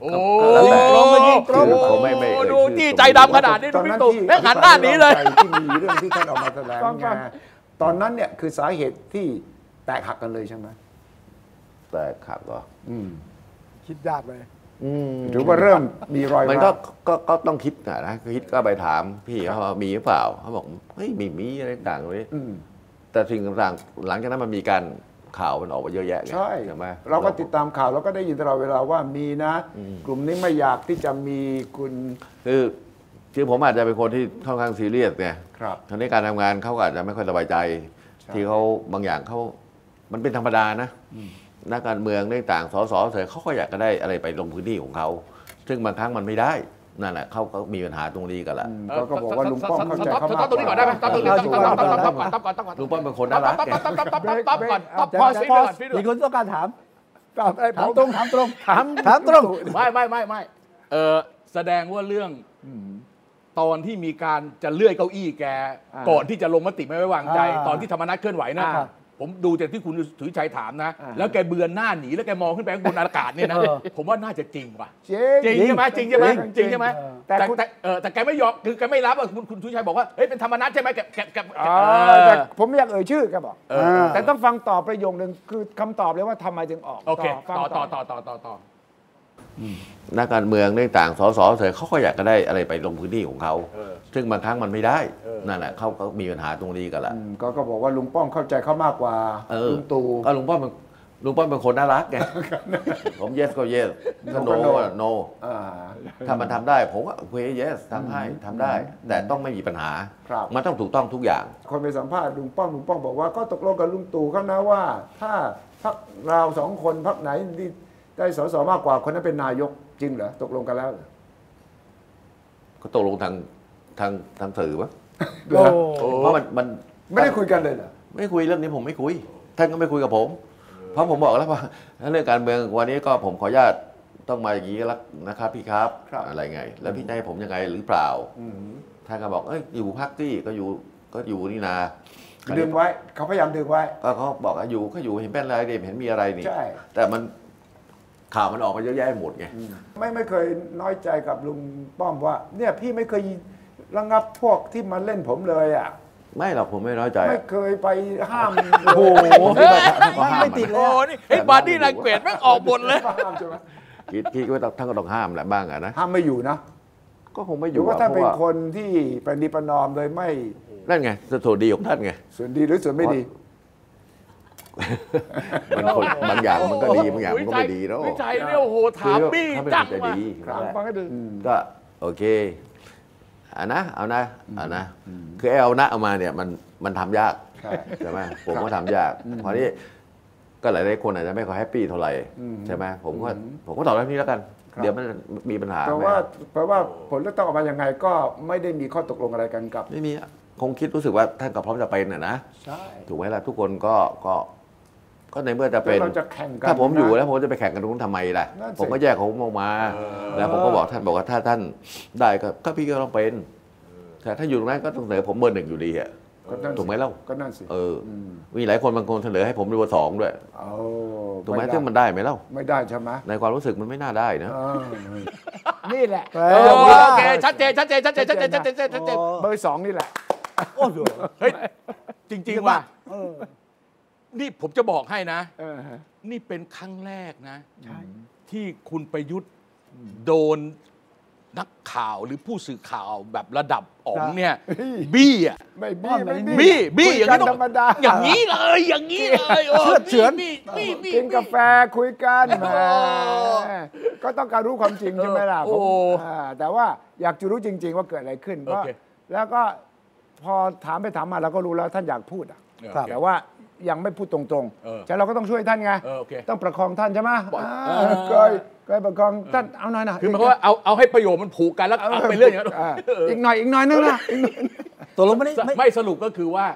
ผมไม่ดูที่ใจดำขนาดนี้ดูพี่ตู่แล้วหันหน้านี้เลยที่มีเรื่องที่ท่านออกมาแถลงไงตอนนั้นเนี่ยคือสาเหตุที่แตกหักกันเลยใช่ไหมแตกหักเหรอคิดยากเลยหรือว่าเริ่มมีรอยมันก็ต้องคิดนะคิดก็ไปถามพี่เขามีหรือเปล่าเขาบอกเฮ้ยมีอะไรต่างๆตรงนี้แต่สิ่งต่างๆหลังจากนั้นมันมีการข่าวมันออกมาเยอะแยะใช่ไหมเราก็ติดตามข่าวเราก็ได้ยินตลอดเวลาว่ามีนะกลุ่มนี้ไม่อยากที่จะมีคุณคือผมอาจจะเป็นคนที่ค่อนข้างซีเรียสไงทางนี้การทำงานเขาอาจจะไม่ค่อยสบายใจที่เขาบางอย่างมันเป็นธรรมดานะนักการเมืองต่างสสเขาก็อยากจะได้อะไรไปลงพื้นที่ของเขาซึ่งบางครั้งมันไม่ได้นั่นแหละเขาก็มีปัญหาตรงนี้กันละก็บอกว่าลุงป้อมเข้าใจเขามากตรงนี้ก่อนได้ไหมตรงนี้ก่อนลุงป้อมเป็นคนน่ารักไงก่อนพอสิมีคนต้องการถามตรงไม่แสดงว่าเรื่องตอนที่มีการจะเลื่อยเก้าอี้แกก่อนที่จะลงมติไม่ไว้วางใจตอนที่ธรรมนัสเคลื่อนไหวนะผมดูจากที่คุณถือชัยถามนะแล้วแกเบือนหน้าหนีแล้วแกมองขึ้นไปข้างบนอากาศเนี่ยนะผมว่าน่าจะจริงว่ะจริงใช่ไหมจริงใช่ไหมแต่แกไม่ยอมคือแกไม่รับอ่ะคุณถือชัยบอกว่าเฮ้ยเป็นธรรมนัสใช่ไหมแกแต่ผมไม่อยากชื่อแกบอกแต่ต้องฟังต่อประโยคนึงคือคำตอบเลยว่าทำไมถึงออกโอเคต่อนักการเมืองต่างสสเขาก็อยากจะได้อะไรไปลงพื้นที่ของเขาซึ่งบางครั้งมันไม่ได้นั่นแหละเขาก็มีปัญหาตรงนี้กันละก็บอกว่าลุงป้อมเข้าใจเขามากกว่าลุงตู่ก็ลุงป้อมเป็นคนน่ารักไงผมเยสก็เยสก็โนโนถ้ามันทำได้ผมก็โอเคเยสทำให้ทำได้แต่ต้องไม่มีปัญหามันต้องถูกต้องทุกอย่างคนไปสัมภาษณ์ลุงป้อมบอกว่าก็ตกลงกับลุงตู่เขานะว่าถ้าพรรคเราสองคนพรรคไหนได้ส.ส.มากกว่าคนนั้นเป็นนายกจริงเหรอตกลงกันแล้วก็ตกลงทางสื่อปะเพราะมันไม่ได้คุยกันเลยเหรอไม่คุยเรื่องนี้ผมไม่คุยท่านก็ไม่คุยกับผมเพราะผมบอกแล้วว่าเรื่องการเมืองวันนี้ก็ผมขออนุญาตต้องมาอย่างนี้แล้วนะครับพี่ครับอะไรไงแล้วพี่จะให้ผมยังไงหรือเปล่าท่านก็บอกอยู่พรรคที่ก็อยู่นี่นาดึงไว้เขาพยายามดึงไว้ก็เขาบอกอยู่เห็นเป็นอะไรเห็นมีอะไรนี่แต่มันข่าวมันออกมาเยอะแยะหมดไงไม่เคยน้อยใจกับลุงป้อมว่าเนี่ยพี่ไม่เคยระงับพวกที่มาเล่นผมเลยอ่ะไม่หรอกผมไม่น้อยใจไม่เคยไปห้ามโอ้โหไม่ติดเลยนี่ไอ้บาร์ดี้ลังเกตไม่ออกหมดเลยคิดว่าท่านก็ต้องห้ามแหละบ้างอะนะห้ามไม่อยู่นะก็คงไม่อยู่ว่าท่านเป็นคนที่ประนีประนอมโดยไม่นั่นไงส่วนดีของท่านไงส่วนดีหรือส่วนไม่ดีมันคนบางอย่างมันก็ดีบางอย่างมันก็ไม่ดีแล้ววิจัยเนี่ยโอ้โหถามบี้จังว่ะฟังให้ดูก็โอเคเอานะคือเอานะเอามาเนี่ยมันทำยากใช่ไหมผมก็ทำยากเพราะนี่ก็หลายๆคนอาจจะไม่ค่อยแฮปปี้เท่าไหร่ใช่ไหมผมก็ตอบแบบนี้แล้วกันเดี๋ยวมันมีปัญหาเพราะว่าผลเลือกตั้งออกมายังไงก็ไม่ได้มีข้อตกลงอะไรกันกับไม่มีคงคิดรู้สึกว่าท่านก็พร้อมจะเป็นนะถูกไหมล่ะทุกคนก็ในเมื่อจะเป็นถ้าผมอยู่แล้วผมจะไปแข่งกันตรงนู้นทำไมล่ะผมก็แยกของผมออกมาแล้วผมก็บอกท่านว่าถ้าท่านได้ก็พี่ก็ต้องเป็นแต่ถ้าอยู่ตรงนั้นก็ต้องเสนอผมเบอร์ 1อยู่ดีอ่ะถูกไหมเล่าก็นั่นสิมีหลายคนบางคนเสนอให้ผมเป็นเบอร์ 2ด้วยถูกไหมซึ่งมันได้ไหมเล่าไม่ได้ใช่ไหมในความรู้สึกมันไม่น่าได้นะนี่แหละโอเคชัดเจนเบอร์ 2นี่แหละโอ้โหเฮ้ยจริงๆว่ะนี่ผมจะบอกให้นะนี่เป็นครั้งแรกนะที่คุณประยุทธ์โดนนักข่าวหรือผู้สื่อข่าวแบบระดับอ๋องเนี่ยบี้อ่ะไม่บี้อย่างนี้ธรรมดาอย่างนี้เลยเฉือนกินกาแฟคุยกันก็ต้องการรู้ความจริงใช่ไหมล่ะแต่ว่าอยากจะรู้จริงๆว่าเกิดอะไรขึ้นก็แล้วก็พอถามไปถามมาเราก็รู้แล้วท่านอยากพูดอ่ะแต่ว่ายังไม่พูดตรงๆฉะนั้นเราก็ต้องช่วยท่านไงต้องประคองท่านใช่ไหมก็ปกครองท่านเอาหน่อยนะคือหมายความว่าเอาให้ประโยชน์มันผูกกันแล้วเอาไปเรื่องอย่างนั้นอีกหน่อยนึงนะตกลงไม่สรุปก็คือว่า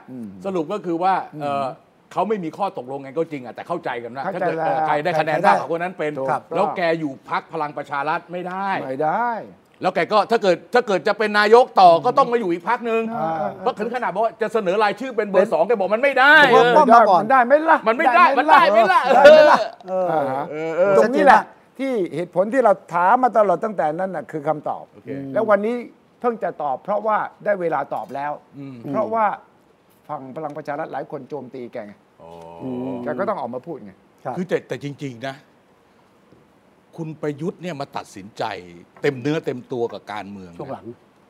เขาไม่มีข้อตกลงกันก็จริงแต่เข้าใจกันนะถ้าเกิดใครได้คะแนนมากกว่าคนนั้นเป็นแล้วแกอยู่พรรคพลังประชารัฐไม่ได้แล้วแกก็ถ้าเกิดจะเป็นนายกต่อก็ต้องมาอยู่อีกพรรคนึงเพราะถึงขนาดบอกว่าจะเสนอรายชื่อเป็นเบอร์ 2แกบอกมันไม่ได้มันได้ไหมล่ะมันไม่ได้มันได้ไหมล่ะตรงนี้แหละที่เหตุผลที่เราถามมาตลอดตั้งแต่นั้นน่ะคือคำตอบแล้ววันนี้เพิ่งจะตอบเพราะว่าได้เวลาตอบแล้วเพราะว่าฝั่งพลังประชารัฐหลายคนโจมตีแกไงแกก็ต้องออกมาพูดไงคือแต่จริงๆนะคุณประยุทธ์เนี่ยมาตัดสินใจเต็มเนื้อเต็มตัวกับการเมืองช่วงหลัง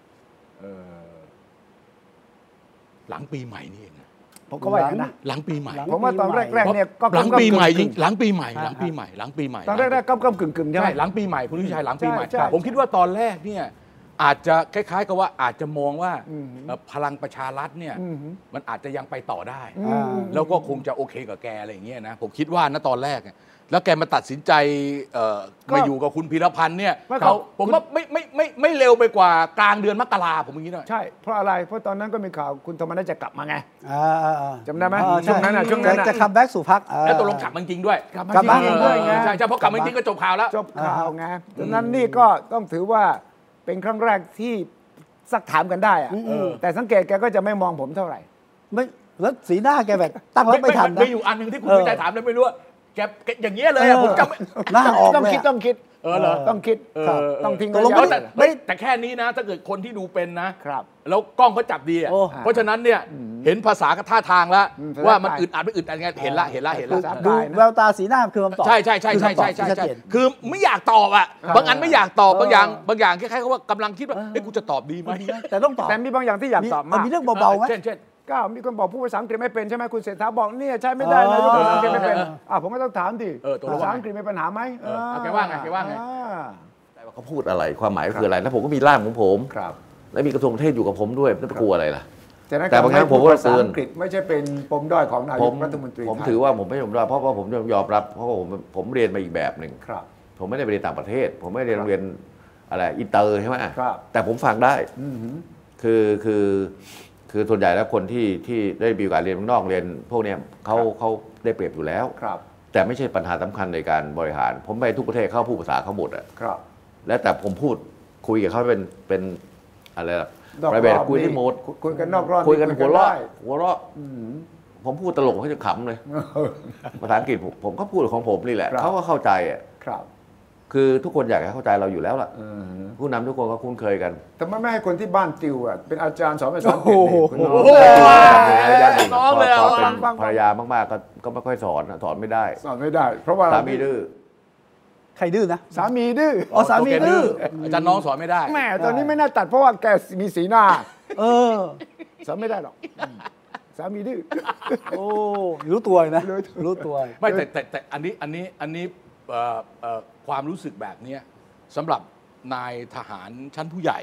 หลังปีใหม่นี่เองผมก็ว่านะหลังปีใหม่ผมว่าตอนแรกๆเนี่ยก็หลังปีใหม่จริงหลังปีใหม่ตอนแรกๆก้มๆกึ่งๆใช่ไหมหลังปีใหม่คุณวิชัยหลังปีใหม่ผมคิดว่าตอนแรกเนี่ยอาจจะคล้ายๆกับว่าอาจจะมองว่าพลังประชารัฐเนี่ยมันอาจจะยังไปต่อได้แล้วก็คงจะโอเคกับแกอะไรอย่างเงี้ยนะผมคิดว่านะตอนแรกแล้วแกมาตัดสินใจมาอยู่กับคุณพีรพันธ์เนี่ยผมว่าไม่เร็วไปกว่ากลางเดือนมกราผมอย่างนี้หน่อยใช่เพราะอะไรเพราะตอนนั้นก็มีข่าวคุณธรรมนัสจะกลับมาไงจำได้ไหมช่วงนั้นจะคัมแบ็กสู่พรรคแล้วตกลงกลับจริงด้วยกลับมาจริงด้วยไงใช่เพราะกลับมาจริงก็จบข่าวแล้วจบข่าวไงดังนั้นนี่ก็ต้องถือว่าเป็นครั้งแรกที่ซักถามกันได้แต่สังเกตแกก็จะไม่มองผมเท่าไหร่ไม่แล้วสีหน้าแกแบบตั้งรับไม่ทันนะไม่อยู่อันนึงที่คุณวิจัยถามแล้วไม่รู้แกอย่างเงี้ยเลยผมจำหน้าออกต้องคิดเหรอต้องคิดต้องทิ้งแต่แค่นี้นะถ้าเกิดคนที่ดูเป็นนะครับแล้วกล้องเขาจับดีเพราะฉะนั้นเนี่ยเห็นภาษาท่าทางแล้วว่ามันอึดอัดไม่อึดอัดไงเห็นละดูแววตาสีหน้าคือคำตอบใช่คือไม่อยากตอบบางอันไม่อยากตอบบางอย่างคล้ายๆว่ากำลังคิดว่าเฮ้ยกูจะตอบดีไหมแต่ต้องตอบแต่มีบางอย่างที่อยากตอบมีเรื่องเบาๆไหมเช่นก็มีคนบอกพูดภาษาอังกฤษไม่เป็นใช่ไหมคุณเศรษฐาบอกเนี่ยใช้ไม่ได้นายกภาษาอังกฤษไม่เป็นผมก็ต้องถามดิภาษาอังกฤษมีปัญหาไหมแกว่าไงแต่ว่าเขาพูดอะไรความหมายคืออะไรแล้วผมก็มีร่างของผมแล้วมีกระทรวงเทศอยู่กับผมด้วยไม่ต้องกลัวอะไรล่ะแต่บางครั้งผมก็เตือนไม่ใช่เป็นปมด้อยของนายกรัฐมนตรีผมถือว่าผมไม่ยอมรับเพราะว่าผมยอมรับเพราะว่าผมเรียนมาอีกแบบหนึ่งผมไม่ได้ไปเรียนต่างประเทศผมไม่ได้เรียนโรงเรียนอะไรอินเตอร์ใช่ไหมแต่ผมฟังได้คือส่วนใหญ่แล้วคนที่ได้มีโอกาสเรียนข้างนอกเรียนพวกนี้เขาได้เปรียบอยู่แล้วแต่ไม่ใช่ปัญหาสำคัญในการบริหารผมไปทุกประเทศเข้าพูดภาษาเขาหมดแล้วแต่ผมพูดคุยกับเขาเป็นอะไรล่ะไรแบบคุยที่หมดคุยกันนอกรอบคุยกันหัวเราะผมพูดตลกเขาจะขำเลยภาษาอังกฤษผมก็พูดของผมนี่แหละเขาก็เข้าใจคือทุกคนอยากให้เข้าใจเราอยู่แล้วล่ะผู้นำทุกคนก็คุ้นเคยกันแต่ไม่ให้คนที่บ้านติวเป็นอาจารย์สอนภาษาอังกฤษน้องเลยเป็นภรรยามากๆก็ไม่ค่อยสอนไม่ได้เพราะว่าสามีดื้อใครดื้อนะสามีดื้อสามีดื้ออาจารย์น้องสอนไม่ได้แม่ตอนนี้ไม่น่าตัดเพราะว่าแกมีสีหน้าสอนไม่ได้หรอกสามีดื้อรู้ตัวนะรู้ตัวไม่แต่อันนี้ความรู้สึกแบบนี้สำหรับนายทหารชั้นผู้ใหญ่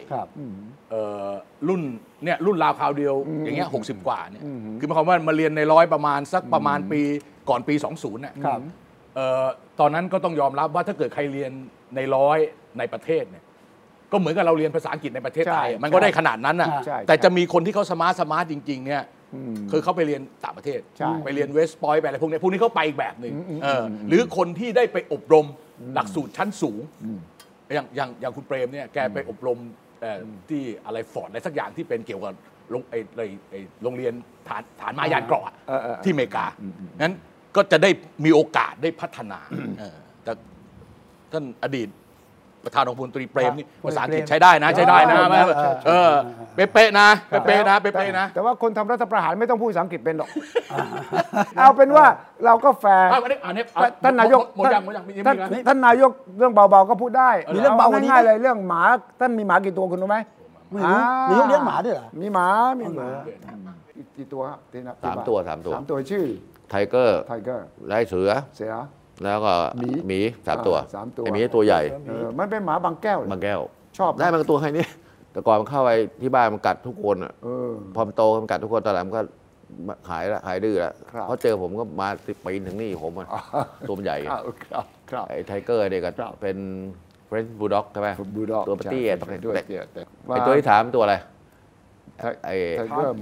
รุ่นราวคราวเดียวอย่างเงี้ย60 กว่าเนี่ยคือหมายความว่ามาเรียนในร้อยประมาณปีก่อนปี20เนี่ยตอนนั้นก็ต้องยอมรับว่าถ้าเกิดใครเรียนในร้อยในประเทศเนี่ยก็เหมือนกับเราเรียนภาษาอังกฤษในประเทศไทยมันก็ได้ขนาดนั้นนะแต่จะมีคนที่เขาสมาร์ทจริงๆเนี่ยคือเขาไปเรียนต่างประเทศไปเรียนเวสต์พอยต์ไปอะไรพวกนี้เขาไปอีกแบบหนึ่งหรือคนที่ได้ไปอบรมหลักสูตรชั้นสูงอย่างคุณเปรมเนี่ยแกไปอบรมที่อะไรฟอร์ดอะไรสักอย่างที่เป็นเกี่ยวกับโรงเรียนฐานม้ายานเกราะที่อเมริกางั้นก็จะได้มีโอกาสได้พัฒนาแต่ท่านอดีตประธานองค์พลตรีเปรมนี่ภาษาอังกฤษใช้ได้นะเป๊ะๆนะแต่ว่าคนทำรัฐประหารไม่ต้องพูดภาษาอังกฤษเป็นหรอกเอาเป็นว่าเราก็แฟร์ท่านนายกท่านนายกเรื่องเบาๆก็พูดได้มีเรื่องเบาง่ายๆเลยเรื่องหมาท่านมีหมากี่ตัวคุณรู้ไหมมีลูกเลี้ยงหมาด้วยเหรอมีหมากี่ตัว 3 ตัวชื่อไทเกอร์ไล่เสือแล้วก็หมี3 ตัวไอ้หมีตัวใหญ่มันเป็นหมาบางแก้วชอบได้บางตัวให้นี่แต่ก่อนมันเข้าไปที่บ้านมันกัดทุกคนพอมันโตมันกัดทุกคนตอนหลังมันก็หายดื้อแล้วเขาเจอผมก็มาปีนถึงนี่ผมตัวใหญ่ไอ้ไทเกอร์เนี่ยก็เป็นเฟรนช์บูลด็อกใช่ไหมตัวปตี้ไอ้ตัวที่ถามตัวอะไรไอ้ไทเกอร์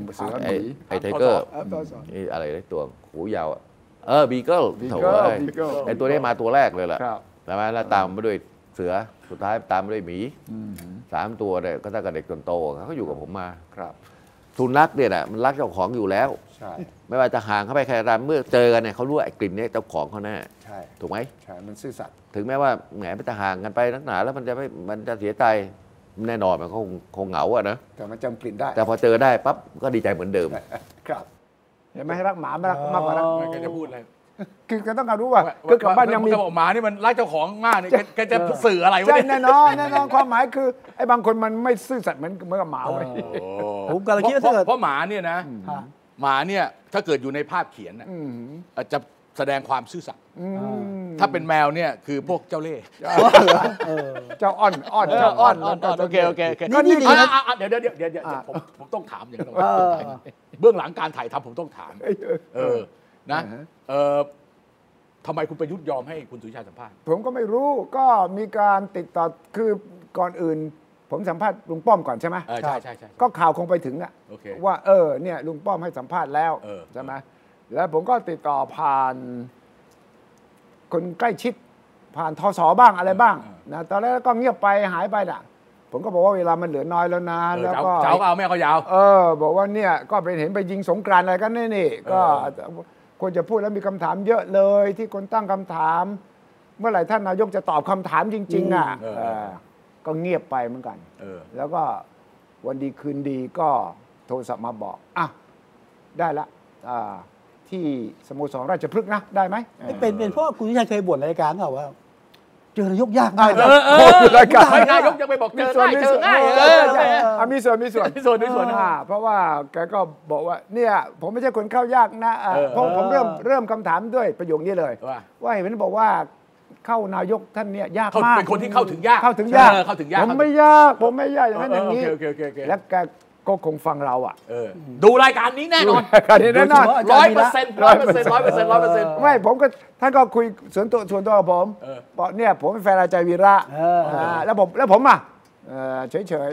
นี่อะไรตัวหูยาวบีเกิลโถไอ้ตัวนี้มาตัวแรกเลยแหละใช่ไหมแล้วตามมาด้วยเสือสุดท้ายตามมาด้วยหมี3 ตัวเนี่ยก็ตั้งแต่เด็กจนโตเขาอยู่กับผมมาสุนัขเนี่ยนะมันรักเจ้าของอยู่แล้วไม่ว่าจะห่างเข้าไปแค่ไหนเมื่อเจอกันเนี่ยเขารู้ไอ้กลิ่นนี้เจ้าของเขาแน่ถูกไหมใช่มันซื่อสัตย์ถึงแม้ว่าแหมมันจะห่างกันไปนักหนาแล้วมันจะเสียใจแน่นอนมันคงเหงาอะนะแต่มันจำกลิ่นได้แต่พอเจอได้ปั๊บก็ดีใจเหมือนเดิมครับเห็นไหมรักหมาไม่รักมากกว่ารักแกจะพูดอะไรคือแกต้องการรู้ว่าคือกลับบ้านยังมีหมานี่มันรักเจ้าของมากนี่แกจะสื่ออะไรวะแน่นอนความหมายคือไอ้บางคนมันไม่ซื่อสัตย์เหมือนกับหมาไว้ผมกำลังคิดว่าเพราะหมาเนี่ยนะหมาเนี่ยถ้าเกิดอยู่ในภาพเขียนจะแสดงความซื่อสัตย์ถ้าเป็นแมวเนี่ยคือพวกเจ้าเล่ห์เจ้าอ้อนโอเคนี่ดีนะเดี๋ยวผมต้องถามอย่างนี้เบื้องหลังการถ่ายทำผมต้องถามนะทำไมคุณประยุทธ์ยอมให้คุณสุวิชัยสัมภาษณ์ผมก็ไม่รู้ก็มีการติดต่อคือก่อนอื่นผมสัมภาษณ์ลุงป้อมก่อนใช่ไหมใช่ก็ข่าวคงไปถึงอะว่าเนี่ยลุงป้อมให้สัมภาษณ์แล้วใช่ไหมแล้วผมก็ติดต่อผ่านคนใกล้ชิดผ่านทศบ้างอะไรบ้างนะตอนแรกก็เงียบไปหายไปน่ะผมก็บอกว่าเวลามันเหลือน้อยแล้วนะแล้วก็เจ้าเอาแม่เขายาวบอกว่าเนี่ยก็เป็นเห็นไปยิงสงกรานต์อะไรกันนี่ก็ควรจะพูดแล้วมีคำถามเยอะเลยที่คนตั้งคำถามเมื่อไหร่ท่านนายกจะตอบคำถามจริงๆก็เงียบไปเหมือนกันแล้วก็วันดีคืนดีก็โทรศัพท์มาบอกได้ละที่สโมสรราชพฤกษ์นะได้ไหมเป็นเพราะคุณวิชัยเคยบ่นรายการเขาว่าเจอนายกยากมากรายการนายกยังไปบอกเจอง่ายมีส่วนเพราะว่าแกก็บอกว่าเนี่ยผมไม่ใช่คนเข้ายากนะเพราะผมเริ่มคำถามด้วยประโยคนี้เลยว่าเห็นบอกว่าเข้านายกท่านเนี่ยยากมากเป็นคนที่เข้าถึงยากผมไม่ยากอย่างนั้นอย่างนี้แล้วแกก็คงฟังเราดูรายการนี้แน่นอน100% ไม่ผมก็ท่านก็คุยส่วนตัวกับผมบอกเนี่ยผมเป็นแฟนอาจารย์วีระแล้วผมเฉย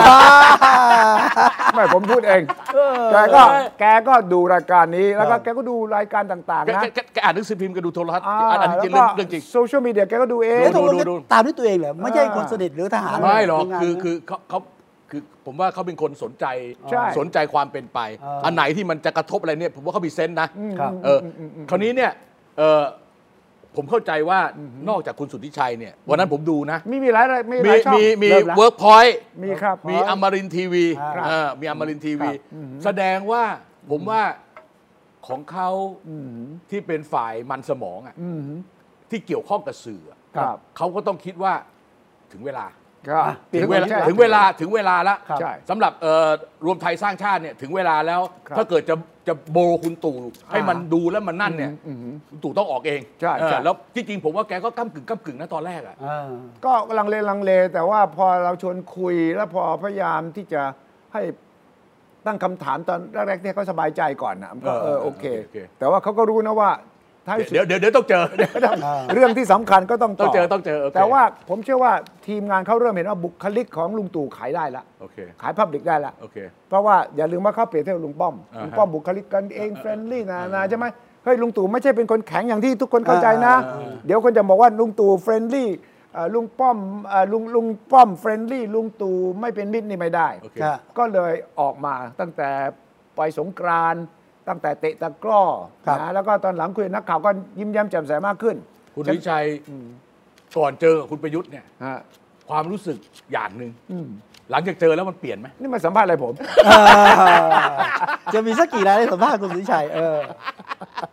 ไม่ผมพูดเองแกก็ดูรายการนี้แล้วก็แกก็ดูรายการต่างๆนะแกอ่านหนังสือพิมพ์แกดูโทรทัศน์อ่านจริงเรื่องจริงโซเชียลมีเดียแกก็ดูเองดูตามด้วยตัวเองเหรอไม่ใช่คนสนิทหรือทหารไม่หรอกคือเขาผมว่าเขาเป็นคนสนใจความเป็นไปอันไหนที่มันจะกระทบอะไรเนี่ยผมว่าเขามีเซนส์นะคราวนี้เนี่ยผมเข้าใจว่านอกจากคุณสุทธิชัยเนี่ยวันนั้นผมดูนะมีหลายช่องมีเวิร์กพอยต์มีครับมีอมรินทร์ทีวีมีอมรินทร์ทีวีแสดงว่าผมว่าของเขาที่เป็นฝ่ายมันสมองที่เกี่ยวข้องกับสื่อเขาก็ต้องคิดว่าถึงเวลาถึงเวลาแล้วสำหรับรวมไทยสร้างชาติเนี่ยถึงเวลาแล้วถ้าเกิดจะโบคุณตู่ให้มันดูแล้วมันนั่นเนี่ยคุณตู่ต้องออกเองแล้วที่จริงผมว่าแกก็ก้ำกึ่งนะตอนแรกก็ลังเลแต่ว่าพอเราชวนคุยแล้วพอพยายามที่จะให้ตั้งคำถามตอนแรกๆที่เขาสบายใจก่อนนะก็โอเคแต่ว่าเขาก็รู้นะว่าเดี๋ยวต้องเจอเรื่องที่สำคัญก็ต้องเจอแต่ว่าผมเชื่อว่าทีมงานเขาเริ่มเห็นว่าบุคลิกของลุงตู่ขายได้ละขายพับลิกได้ละเพราะว่าอย่าลืมว่าเขาเปรียบเทียบลุงป้อมบุคลิกกันเองเฟรนลี่นะใช่ไหมเฮ้ยลุงตู่ไม่ใช่เป็นคนแข็งอย่างที่ทุกคนเข้าใจนะเดี๋ยวคนจะบอกว่าลุงตู่เฟรนลี่ลุงป้อมเฟรนลี่ลุงตู่ไม่เป็นมิตรนี่ไม่ได้ก็เลยออกมาตั้งแต่ปล่อยสงกรานต์ตั้งแต่เตะตะกร้อนะแล้วก็ตอนหลังคุยนักข่าวก็ยิ้มแย้มแจ่มใสมากขึ้นคุณวิชัยก่อนเจอคุณประยุทธ์เนี่ยความรู้สึกอย่างหนึ่งหลังจากเจอแล้วมันเปลี่ยนไหมนี่มาสัมภาษณ์อะไรผมจะมีสักกี่รายได้สัมภาษณ์คุณวิชัย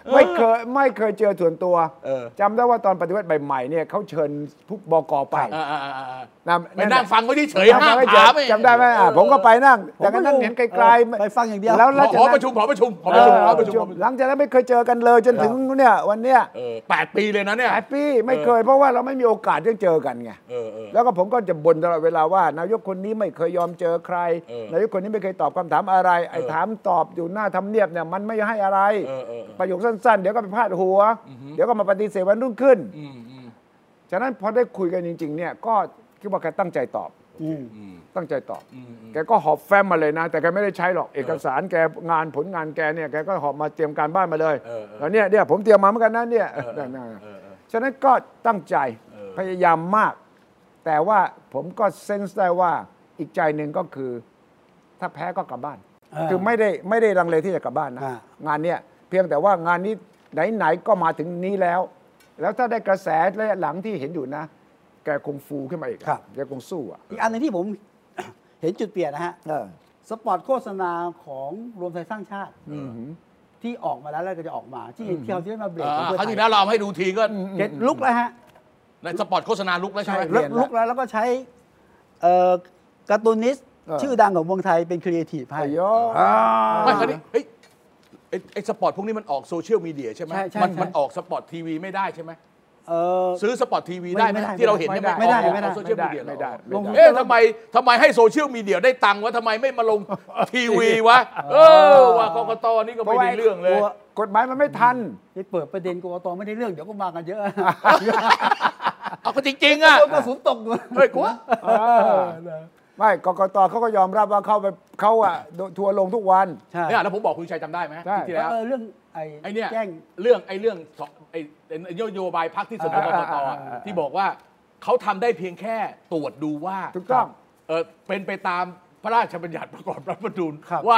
ไม่เคยเจอส่วนตัวจำได้ว่าตอนปฏิวัติใหม่ๆเนี่ยเขาเชิญผู้บก.ไปไปนั่งฟังไว้ที่เฉยห้ามถามจำได้ไหมผมก็ไปนั่งแต่ก็นั่งเห็นไกลๆไปฟังอย่างเดียวแล้วหอประชุมหลังจากนั้นไม่เคยเจอกันเลยจนถึงเนี่ยวันเนี้ย 8 ปีเลยนะเนี่ย 8 ปีไม่เคยเพราะว่าเราไม่มีโอกาสได้เจอกันไงแล้วก็ผมก็จะบ่นตลอดเวลาว่านายกคนนี้ไม่เคยยอมเจอใครนายกคนนี้ไม่เคยตอบคำถามอะไรไอ้ถามตอบอยู่หน้าทำเนียบเนี่ยมันไม่ให้อะไรประโยคสั้นๆเดี๋ยวก็ไปพาดหัวเดี๋ยวก็มาปฏิเสธวันรุ่งขึ้นฉะนั้นพอได้คุยกันจริงๆเนี่ยก็คิดว่าแกตั้งใจตอบตั้งใจตอบแกก็หอบแฟ้มมาเลยนะแต่แกไม่ได้ใช้หรอกเอกสารแกงานผลงานแกเนี่ยแกก็หอบมาเตรียมการบ้านมาเลยแล้วเนี่ยผมเตรียมมาเหมือนกันนะเนี่ยฉะนั้นก็ตั้งใจพยายามมากแต่ว่าผมก็เซนส์ได้ว่าอีกใจหนึ่งก็คือถ้าแพ้ก็กลับบ้านคือไม่ได้ลังเลที่จะกลับบ้านนะงานเนี้ยเพียงแต่ว่างานนี้ไหนๆก็มาถึงนี้แล้วถ้าได้กระแสระยะหลังที่เห็นอยู่นะแกคงฟูขึ้นมาอีกแกคงสู้อีกอันนึงที่ผมเห็นจุดเปลี่ยนนะฮะสปอตโฆษณาของรวมไทยสร้างชาติที่ออกมาแล้วก็จะออกมาที่เราที่ได้มาเบรกครั้งที่แล้วเราให้ดูทีก็ลุกแล้วฮะในสปอตโฆษณาลุกแล้วใช่ไหมลุกแล้วก็ใช้การ์ตูนิสต์ชื่อดังของเมืองไทยเป็นครีเอทีฟให้ไม่คราวนี้ไอ้สปอตพวกนี้มันออกโซเชียลมีเดียใช่ไหมมันออกสปอตทีวีไม่ได้ใช่ไหมซื้อสปอตทีวีได้ไหมที่เราเห็นไม่ได้โซเชียลมีเดียไม่ได้ทำไมให้โซเชียลมีเดียได้ตังค์วะทำไมไม่มาลงทีวีวะว่ากกต.นี่ก็ไม่ได้เรื่องเลยกฎหมายมันไม่ทันที่เปิดประเด็นกกต.ไม่ได้เรื่องเดี๋ยวก็มากันเยอะเอาก็จริงๆอ่ะกระสุนตกเฮ้ยกลัวไม่กกต.เขาก็ยอมรับว่าเขาอ่ะทัวร์ลงทุกวันเนี่ยแล้วผมบอกคุณชัยจำได้ไหมที่แล้วเรื่องไอ้เนี่ยเรื่องนโยบายพรรคที่เสนอกกต.ที่บอกว่าเขาทำได้เพียงแค่ตรวจดูว่าถูกต้องเป็นไปตามพระราชบัญญัติประกอบรัฐธรรมนูญว่า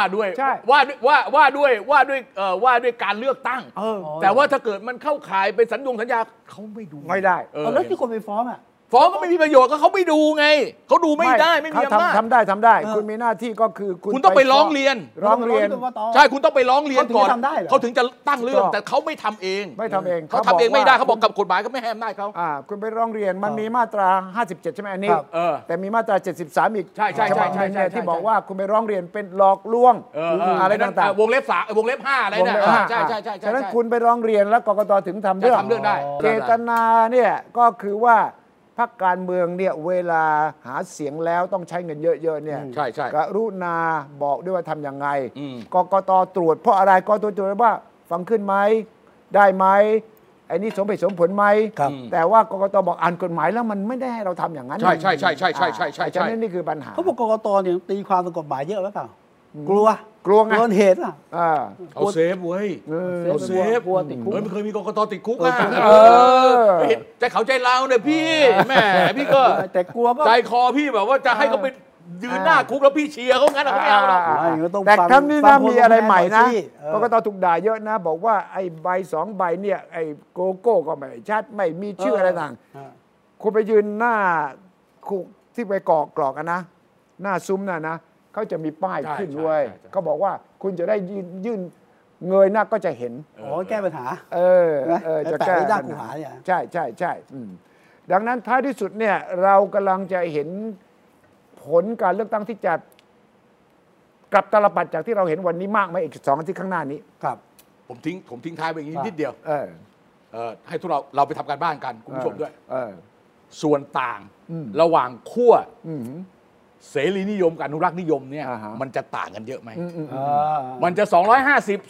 ด้วยการเลือกตั้งแต่ว่าถ้าเกิดมันเข้าข่ายเป็นสัญญาเขาไม่ดูไม่ได้แล้วที่คนไปฟ้องอ่ะฟ้องก็ไม่มีประโยชน์ก็เขาไม่ดูไงเขาดูไม่ได้ไม่มีอำนาจทำได้คุณมีหน้าที่ก็คือคุณต้องไปร้องเรียนใช่คุณต้องไปร้องเรียนก่อนเขาถึงจะตั้งเรื่องแต่เขาไม่ทำเองเขาทำเองไม่ได้เขาบอกกับกฎหมายก็ไม่ให้อำนาจเขาคุณไปร้องเรียนมันมีมาตรา57ใช่ไหมอันนี้แต่มีมาตรา73อีกใช่ที่บอกว่าคุณไปร้องเรียนเป็นหลอกลวงอะไรต่างๆวงเล็บ3วงเล็บ5อะไรเนี่ยใช่ฉะนั้นคุณไปร้องเรียนแล้วกกต.ถึงทำเรื่องได้เจตนาเนี่ยก็คือว่าพรรคการเมืองเนี่ยเวลาหาเสียงแล้วต้องใช้เงินเยอะๆเนี่ยใช่กรุณาบอกด้วยว่าทำยังไงกกต.ตรวจเพราะอะไรกกต.ตรวจว่าฟังขึ้นไหมได้ไหมไอ้นี่สมเหตุสมผลไหมแต่ว่ากกต.บอกอ่านกฎหมายแล้วมันไม่ได้ให้เราทำอย่างนั้นใช่ฉะนั้นนี่คือปัญหาเขาบอกกกต.เนี่ยตีความกฎหมายเยอะหรือเปล่ากลัวไงเหตุเอาเซฟเว้ยเอาเซฟกลัวติดคุกไม่เคยมีกกต.ติดคุกอ่ะใจเขาใจเราเนี่ยพี่แม่พี่ก็แต่กลัวใจคอพี่แบบว่าจะให้เขาไปยืนหน้าคุกแล้วพี่เชียร์เขางั้นเขาไม่เอาหรอกแต่ครั้งนี้นะมีอะไรใหม่นะกกต.ถูกด่าเยอะนะบอกว่าไอ้ใบ2 ใบเนี่ยไอ้โกโก้ก็ไม่ชัดไม่มีชื่ออะไรต่างคุณไปยืนหน้าคุกที่ไปกรอกกันนะหน้าซุ้มน่ะนะเขาจะมีป้ายขึ้นด้วยเขาบอกว่าคุณจะได้ยื่นเงยหน้าก็จะเห็นแก้ปัญหาจะแก้ปัญหาใช่ดังนั้นท้ายที่สุดเนี่ยเรากำลังจะเห็นผลการเลือกตั้งที่จะกลับตลปัดจากที่เราเห็นวันนี้มากไหมอีก2 อาทิตย์ข้างหน้านี้ครับผมทิ้งท้ายไปอย่างนี้นิดเดียวให้ทุกเราไปทำการบ้านกันคุณผู้ชมด้วยส่วนต่างระหว่างขั้วเสรีนิยมกับอนุรักษ์นิยมเนี่ยมันจะต่างกันเยอะไหมมันจะ250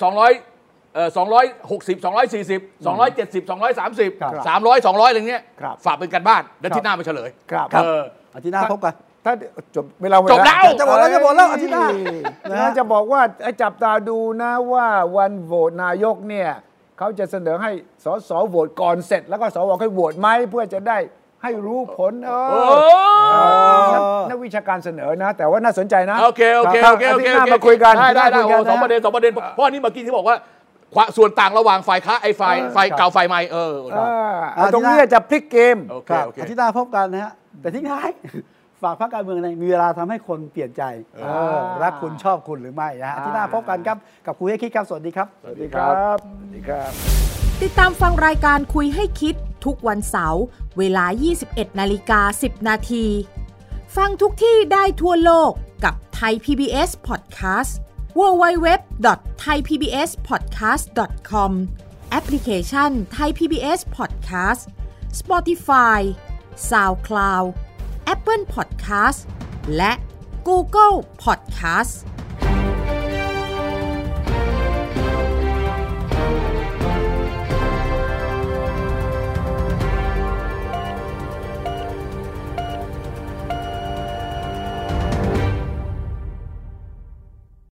260 240 270 230 300 200อะไรเงี้ยฝากเป็นกันบ้านแล้วที่หน้ามาเฉลยอาทิตย์หน้าพบกันถ้าจบเวลาจบแล้วจะบอกแล้วอาทิตย์หน้าจะบอกว่าจับตาดูนะว่าวันโหวตนายกเนี่ยเขาจะเสนอให้สสโหวตก่อนเสร็จแล้วก็สวให้โหวตไหมเพื่อจะได้ให้รู้ผลนักวิชาการเสนอนะแต่ว่าน่าสนใจนะโอเคมาคุยกันได้2 ประเด็นเพราะนี่เมื่อกี้ที่บอกว่าส่วนต่างระหว่างฝ่ายค้าฝ่ายเก่าฝ่ายใหม่ตรงนี้จะพลิกเกมอาทิตย์หน้าพบกันนะฮะแต่ทิ้งท้ายฝฝากพรรคการเมืองมีเวลาทำให้คนเปลี่ยนใจรักคุณชอบคุณหรือไม่นะฮะที่หน้าพบกันครับกับคุยให้คิดครับสวัสดีครับสวัสดีครับสวัสดีครับติดตามฟังรายการคุยให้คิดทุกวันเสาร์เวลา 21:10 นาทีฟังทุกที่ได้ทั่วโลกกับไทย PBS Podcast www.thaipbspodcast.com แอปพลิเคชัน Thai PBS Podcast Spotify SoundCloud Apple Podcast และ Google Podcast